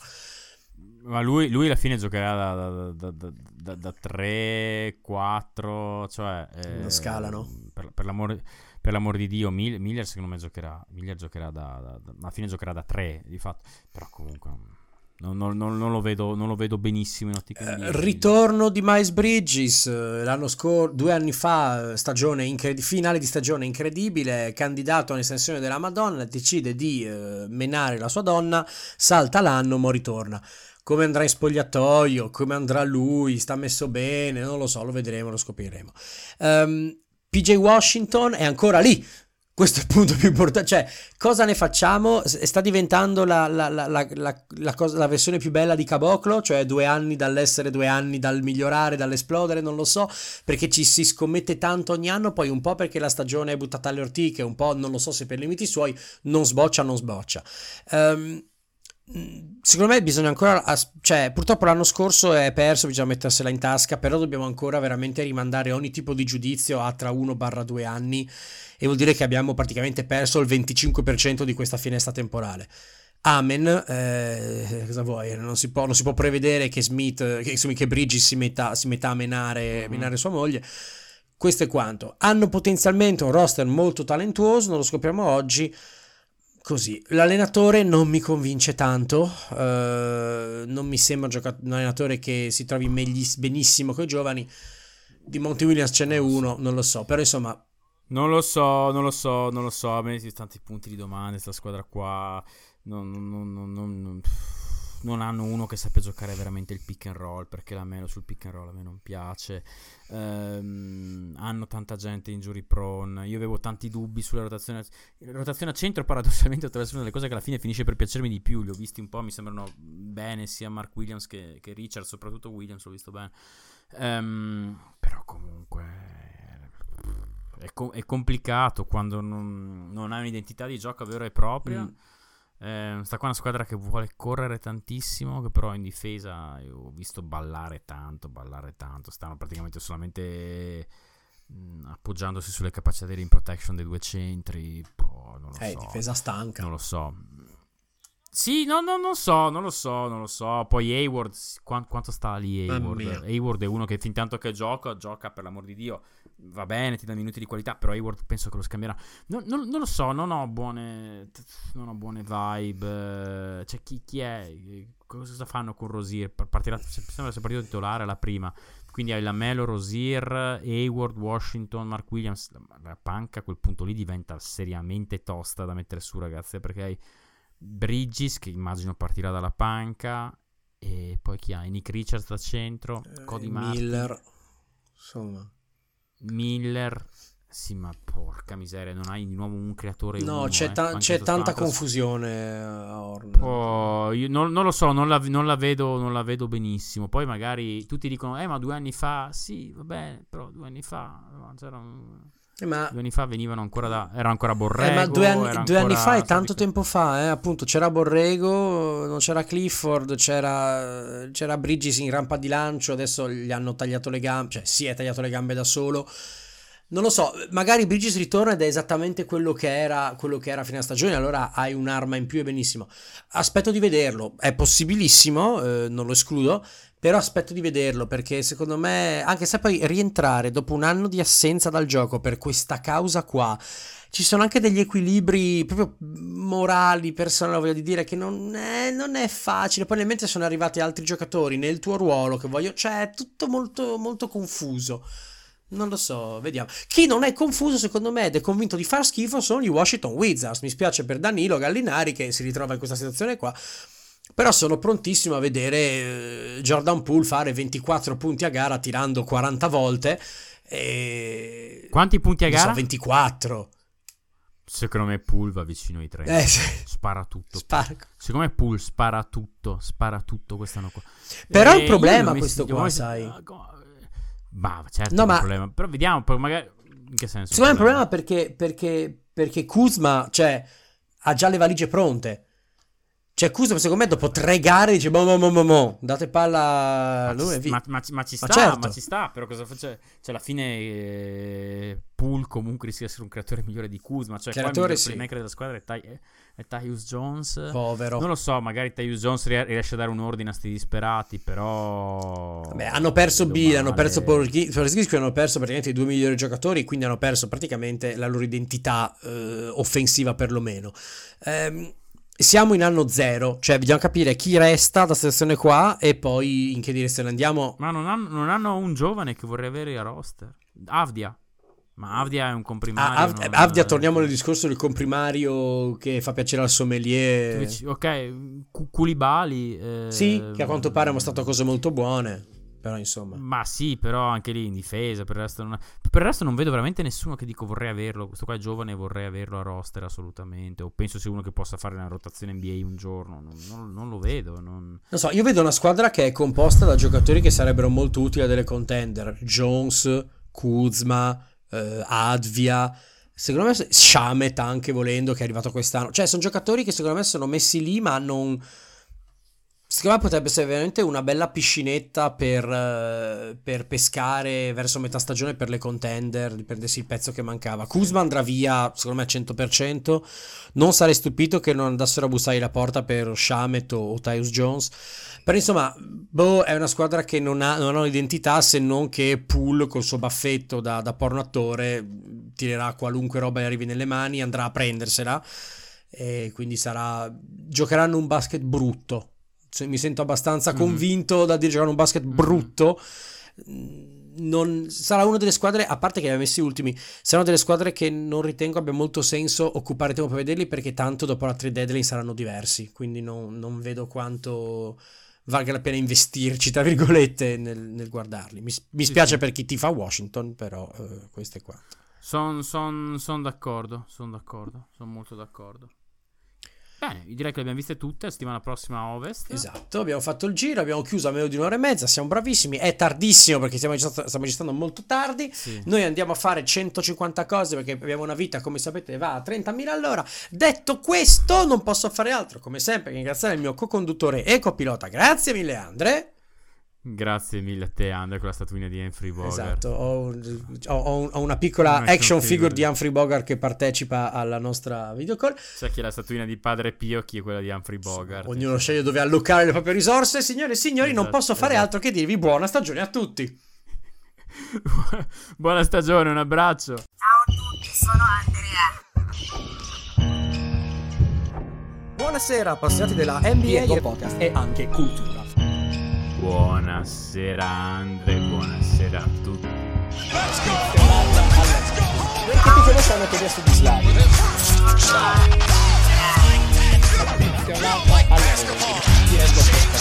Ma lui, lui alla fine giocherà da, da, da, da, da tre, quattro, cioè... Eh, non scalano. Per, per l'amore... Per l'amor di Dio, Miller secondo me giocherà. Miller giocherà da, da, da alla fine giocherà da tre, di fatto. Però comunque non, non, non, non, lo, vedo, non lo vedo benissimo in ottica N B A. Uh, ritorno di Miles Bridges l'anno scorso, due anni fa, stagione incred- finale di stagione incredibile, candidato all'estensione della Madonna, decide di uh, menare la sua donna, salta l'anno, mo ritorna. Come andrà in spogliatoio, come andrà lui, sta messo bene, non lo so, lo vedremo, lo scopriremo. Um, P J Washington è ancora lì, questo è il punto più importante, cioè cosa ne facciamo? Sta diventando la, la, la, la, la, la, cosa, la versione più bella di Caboclo, cioè due anni dall'essere due anni, dal migliorare, dall'esplodere, non lo so, perché ci si scommette tanto ogni anno, poi un po' perché la stagione è buttata alle ortiche, un po' non lo so se per limiti suoi, non sboccia, non sboccia. Um, secondo me bisogna ancora, cioè purtroppo l'anno scorso è perso, bisogna mettersela in tasca, però dobbiamo ancora veramente rimandare ogni tipo di giudizio a tra uno barra due anni, e vuol dire che abbiamo praticamente perso il venticinque per cento di questa finestra temporale. Amen, eh, cosa vuoi? Non si può, non si può prevedere che Smith, che, insomma, che Bridges si metta, si metta a menare, mm-hmm. menare sua moglie. Questo è quanto. Hanno potenzialmente un roster molto talentuoso, non lo scopriamo oggi. Così, l'allenatore non mi convince tanto, uh, non mi sembra gioca- un allenatore che si trovi megli- benissimo con i giovani. Di Monty Williams ce n'è uno, non lo so, però insomma... Non lo so, non lo so, non lo so, a me ci sono tanti punti di domanda, questa squadra qua, non, non, non, non, non, non hanno uno che sappia giocare veramente il pick and roll, perché la Melo sul pick and roll a me non piace. Um, hanno tanta gente injury prone, io avevo tanti dubbi sulla rotazione la rotazione a centro, paradossalmente attraverso una delle cose che alla fine finisce per piacermi di più, li ho visti un po', mi sembrano bene sia Mark Williams che, che Richard, soprattutto Williams l'ho visto bene, um, però comunque è, co- è complicato quando non, non hai un'identità di gioco vera e propria. mm. Eh, sta qua una squadra che vuole correre tantissimo, che però in difesa ho visto ballare tanto, ballare tanto. Stanno praticamente solamente mh, appoggiandosi sulle capacità di rim protection dei due centri. Oh, non lo eh, so. Difesa stanca. Non lo so. Sì, no, no, non so, non lo so, non lo so. Poi Hayward, quanto, quanto sta lì Hayward? Hayward è uno che fin tanto che gioca, gioca per l'amor di Dio. Va bene, ti dà minuti di qualità, però Hayward penso che lo scambierà. Non, non, non lo so, non ho buone non ho buone vibe. Cioè, chi, chi è? Cosa fanno con Rozier? Partirà, sembra sia partito titolare la prima. Quindi hai la Melo, Rozier, Hayward, Washington, Mark Williams. La, la panca a quel punto lì diventa seriamente tosta da mettere su, ragazzi, perché hai Bridges, che immagino partirà dalla panca, e poi chi ha? Nick Richards da centro, eh, Cody Martin, Miller, insomma. Miller. Sì, ma porca miseria, non hai di nuovo un creatore. No, uno, c'è, eh, ta- c'è tanta Fantasy. confusione a Horn. Oh, io non, non lo so, non la, non la vedo, non la vedo benissimo. Poi magari tutti dicono, eh, ma due anni fa, sì, va bene, però due anni fa, no, c'era un... Eh, ma... due anni fa venivano ancora da, era ancora Borrego. Eh, ma due anni, era due ancora, anni fa è tanto sapi- tempo fa, eh, appunto c'era Borrego, non c'era Clifford, c'era, c'era Bridges in rampa di lancio, adesso gli hanno tagliato le gambe, cioè si è tagliato le gambe da solo. Non lo so, magari Bridges ritorna ed è esattamente quello che era quello che era a fine stagione, allora hai un'arma in più e benissimo. Aspetto di vederlo, è possibilissimo, eh, non lo escludo, però aspetto di vederlo perché secondo me, anche se poi rientrare dopo un anno di assenza dal gioco per questa causa qua, ci sono anche degli equilibri proprio morali, personali, voglio dire, che non è, non è facile. Poi nel mentre sono arrivati altri giocatori nel tuo ruolo che voglio, cioè è tutto molto molto confuso. Non lo so, vediamo. Chi non è confuso secondo me ed è convinto di far schifo sono gli Washington Wizards. Mi spiace per Danilo Gallinari che si ritrova in questa situazione qua, però sono prontissimo a vedere Jordan Poole fare ventiquattro punti a gara tirando quaranta volte e... Quanti punti a gara? So, ventiquattro. Secondo me Poole va vicino ai trenta. Eh, sì. Spara tutto. Spara. Secondo me Poole spara tutto, spara tutto quest'anno qua. Però Eh, il problema io questo messo- qua, io sai. messo- Ma certo, No, è ma- un problema. Però vediamo, poi magari in che senso? Secondo me è un problema perché, perché, perché Kuzma, cioè, ha già le valigie pronte. Cioè Kuzma secondo me dopo tre gare dice mo mo mo mo mo, date palla a Ma, lui e ci, via. ma, ma, ma ci sta, Ma certo. ma ci sta, però cosa faccio? Cioè alla fine eh, Poole comunque rischia di essere un creatore migliore di Kuzma, cioè qua il Creatore, miglior sì. playmaker della squadra è, Ty- è Tyus Jones. Povero. Non lo so, magari Tyus Jones rie- riesce a dare un ordine a sti disperati, però Vabbè, hanno perso vedo Bill, hanno male. perso Porzingis, hanno perso praticamente i due migliori giocatori, quindi hanno perso praticamente la loro identità eh, offensiva perlomeno. Ehm, siamo in anno zero, cioè dobbiamo capire chi resta da situazione qua e poi in che direzione andiamo. Ma non hanno, non hanno un giovane che vorrei avere a roster. Avdia. Ma Avdia è un comprimario. Ah, Av- non- Avdia, torniamo nel discorso del comprimario che fa piacere al sommelier. Ok, Cu- Koulibaly. eh, Sì, che a quanto pare ha mostrato cose molto buone. Però insomma. Ma sì, però anche lì in difesa. Per il resto non, per il resto non vedo veramente nessuno che dico vorrei averlo. Questo qua è giovane e vorrei averlo a roster assolutamente. O penso sia uno che possa fare una rotazione N B A un giorno. Non, non- non lo vedo. Non... Non so, io vedo una squadra che è composta da giocatori che sarebbero molto utili a delle contender. Jones, Kuzma, eh, Advia, secondo me Shamet anche volendo, che è arrivato quest'anno. Cioè sono giocatori che secondo me sono messi lì ma hanno un... Secondo me potrebbe essere veramente una bella piscinetta per, eh, per pescare verso metà stagione per le contender, di prendersi il pezzo che mancava. Kuzma andrà via, secondo me al cento per cento. Non sarei stupito che non andassero a bussare la porta per Shamet o, o Tyus Jones. Però insomma, boh, è una squadra che non ha, non ha un'identità se non che Poole col suo baffetto da, da porno attore tirerà qualunque roba gli arrivi nelle mani, andrà a prendersela e quindi sarà... giocheranno un basket brutto. Mi sento abbastanza Mhm. convinto da dire giocare un basket Mhm. brutto. Non sarà una delle squadre, a parte che li ha messi ultimi, saranno delle squadre che non ritengo abbia molto senso occupare tempo per vederli, perché tanto dopo la trade deadline saranno diversi, quindi non, non vedo quanto valga la pena investirci tra virgolette nel, nel guardarli. Mi, mi Sì, spiace sì. per chi tifa Washington, però eh, questo è qua. Sono son, son d'accordo. Sono d'accordo. Sono molto d'accordo. Bene, io direi che le abbiamo viste tutte. Settimana prossima a Ovest. Esatto, abbiamo fatto il giro, abbiamo chiuso a meno di un'ora e mezza, siamo bravissimi, è tardissimo perché stiamo registrando, stiamo registrando molto tardi. Sì. Noi andiamo a fare centocinquanta cose perché abbiamo una vita, come sapete, va a trentamila all'ora. Detto questo, non posso fare altro, come sempre, che ringraziare il mio co-conduttore e copilota. Grazie mille, Andre. Grazie mille a te, Andre, con la statuina di Humphrey Bogart. Esatto, ho, un- ho- ho un- ho una piccola Una action action figure figure. di Humphrey Bogart che partecipa alla nostra video call. C'è chi ha la statuina di Padre Pio, chi è quella di Humphrey Bogart. Ognuno sceglie dove allocare le proprie risorse. Signore e signori, non Esatto, posso fare esatto. altro che dirvi buona stagione a tutti. Buona stagione, un abbraccio. Ciao a tutti, sono Andrea. Buonasera appassionati della N B A podcast e anche cultura. Buonasera Andre, buonasera a tutti. Che piccolo sono che adesso di Slavi. Allora, ti rendo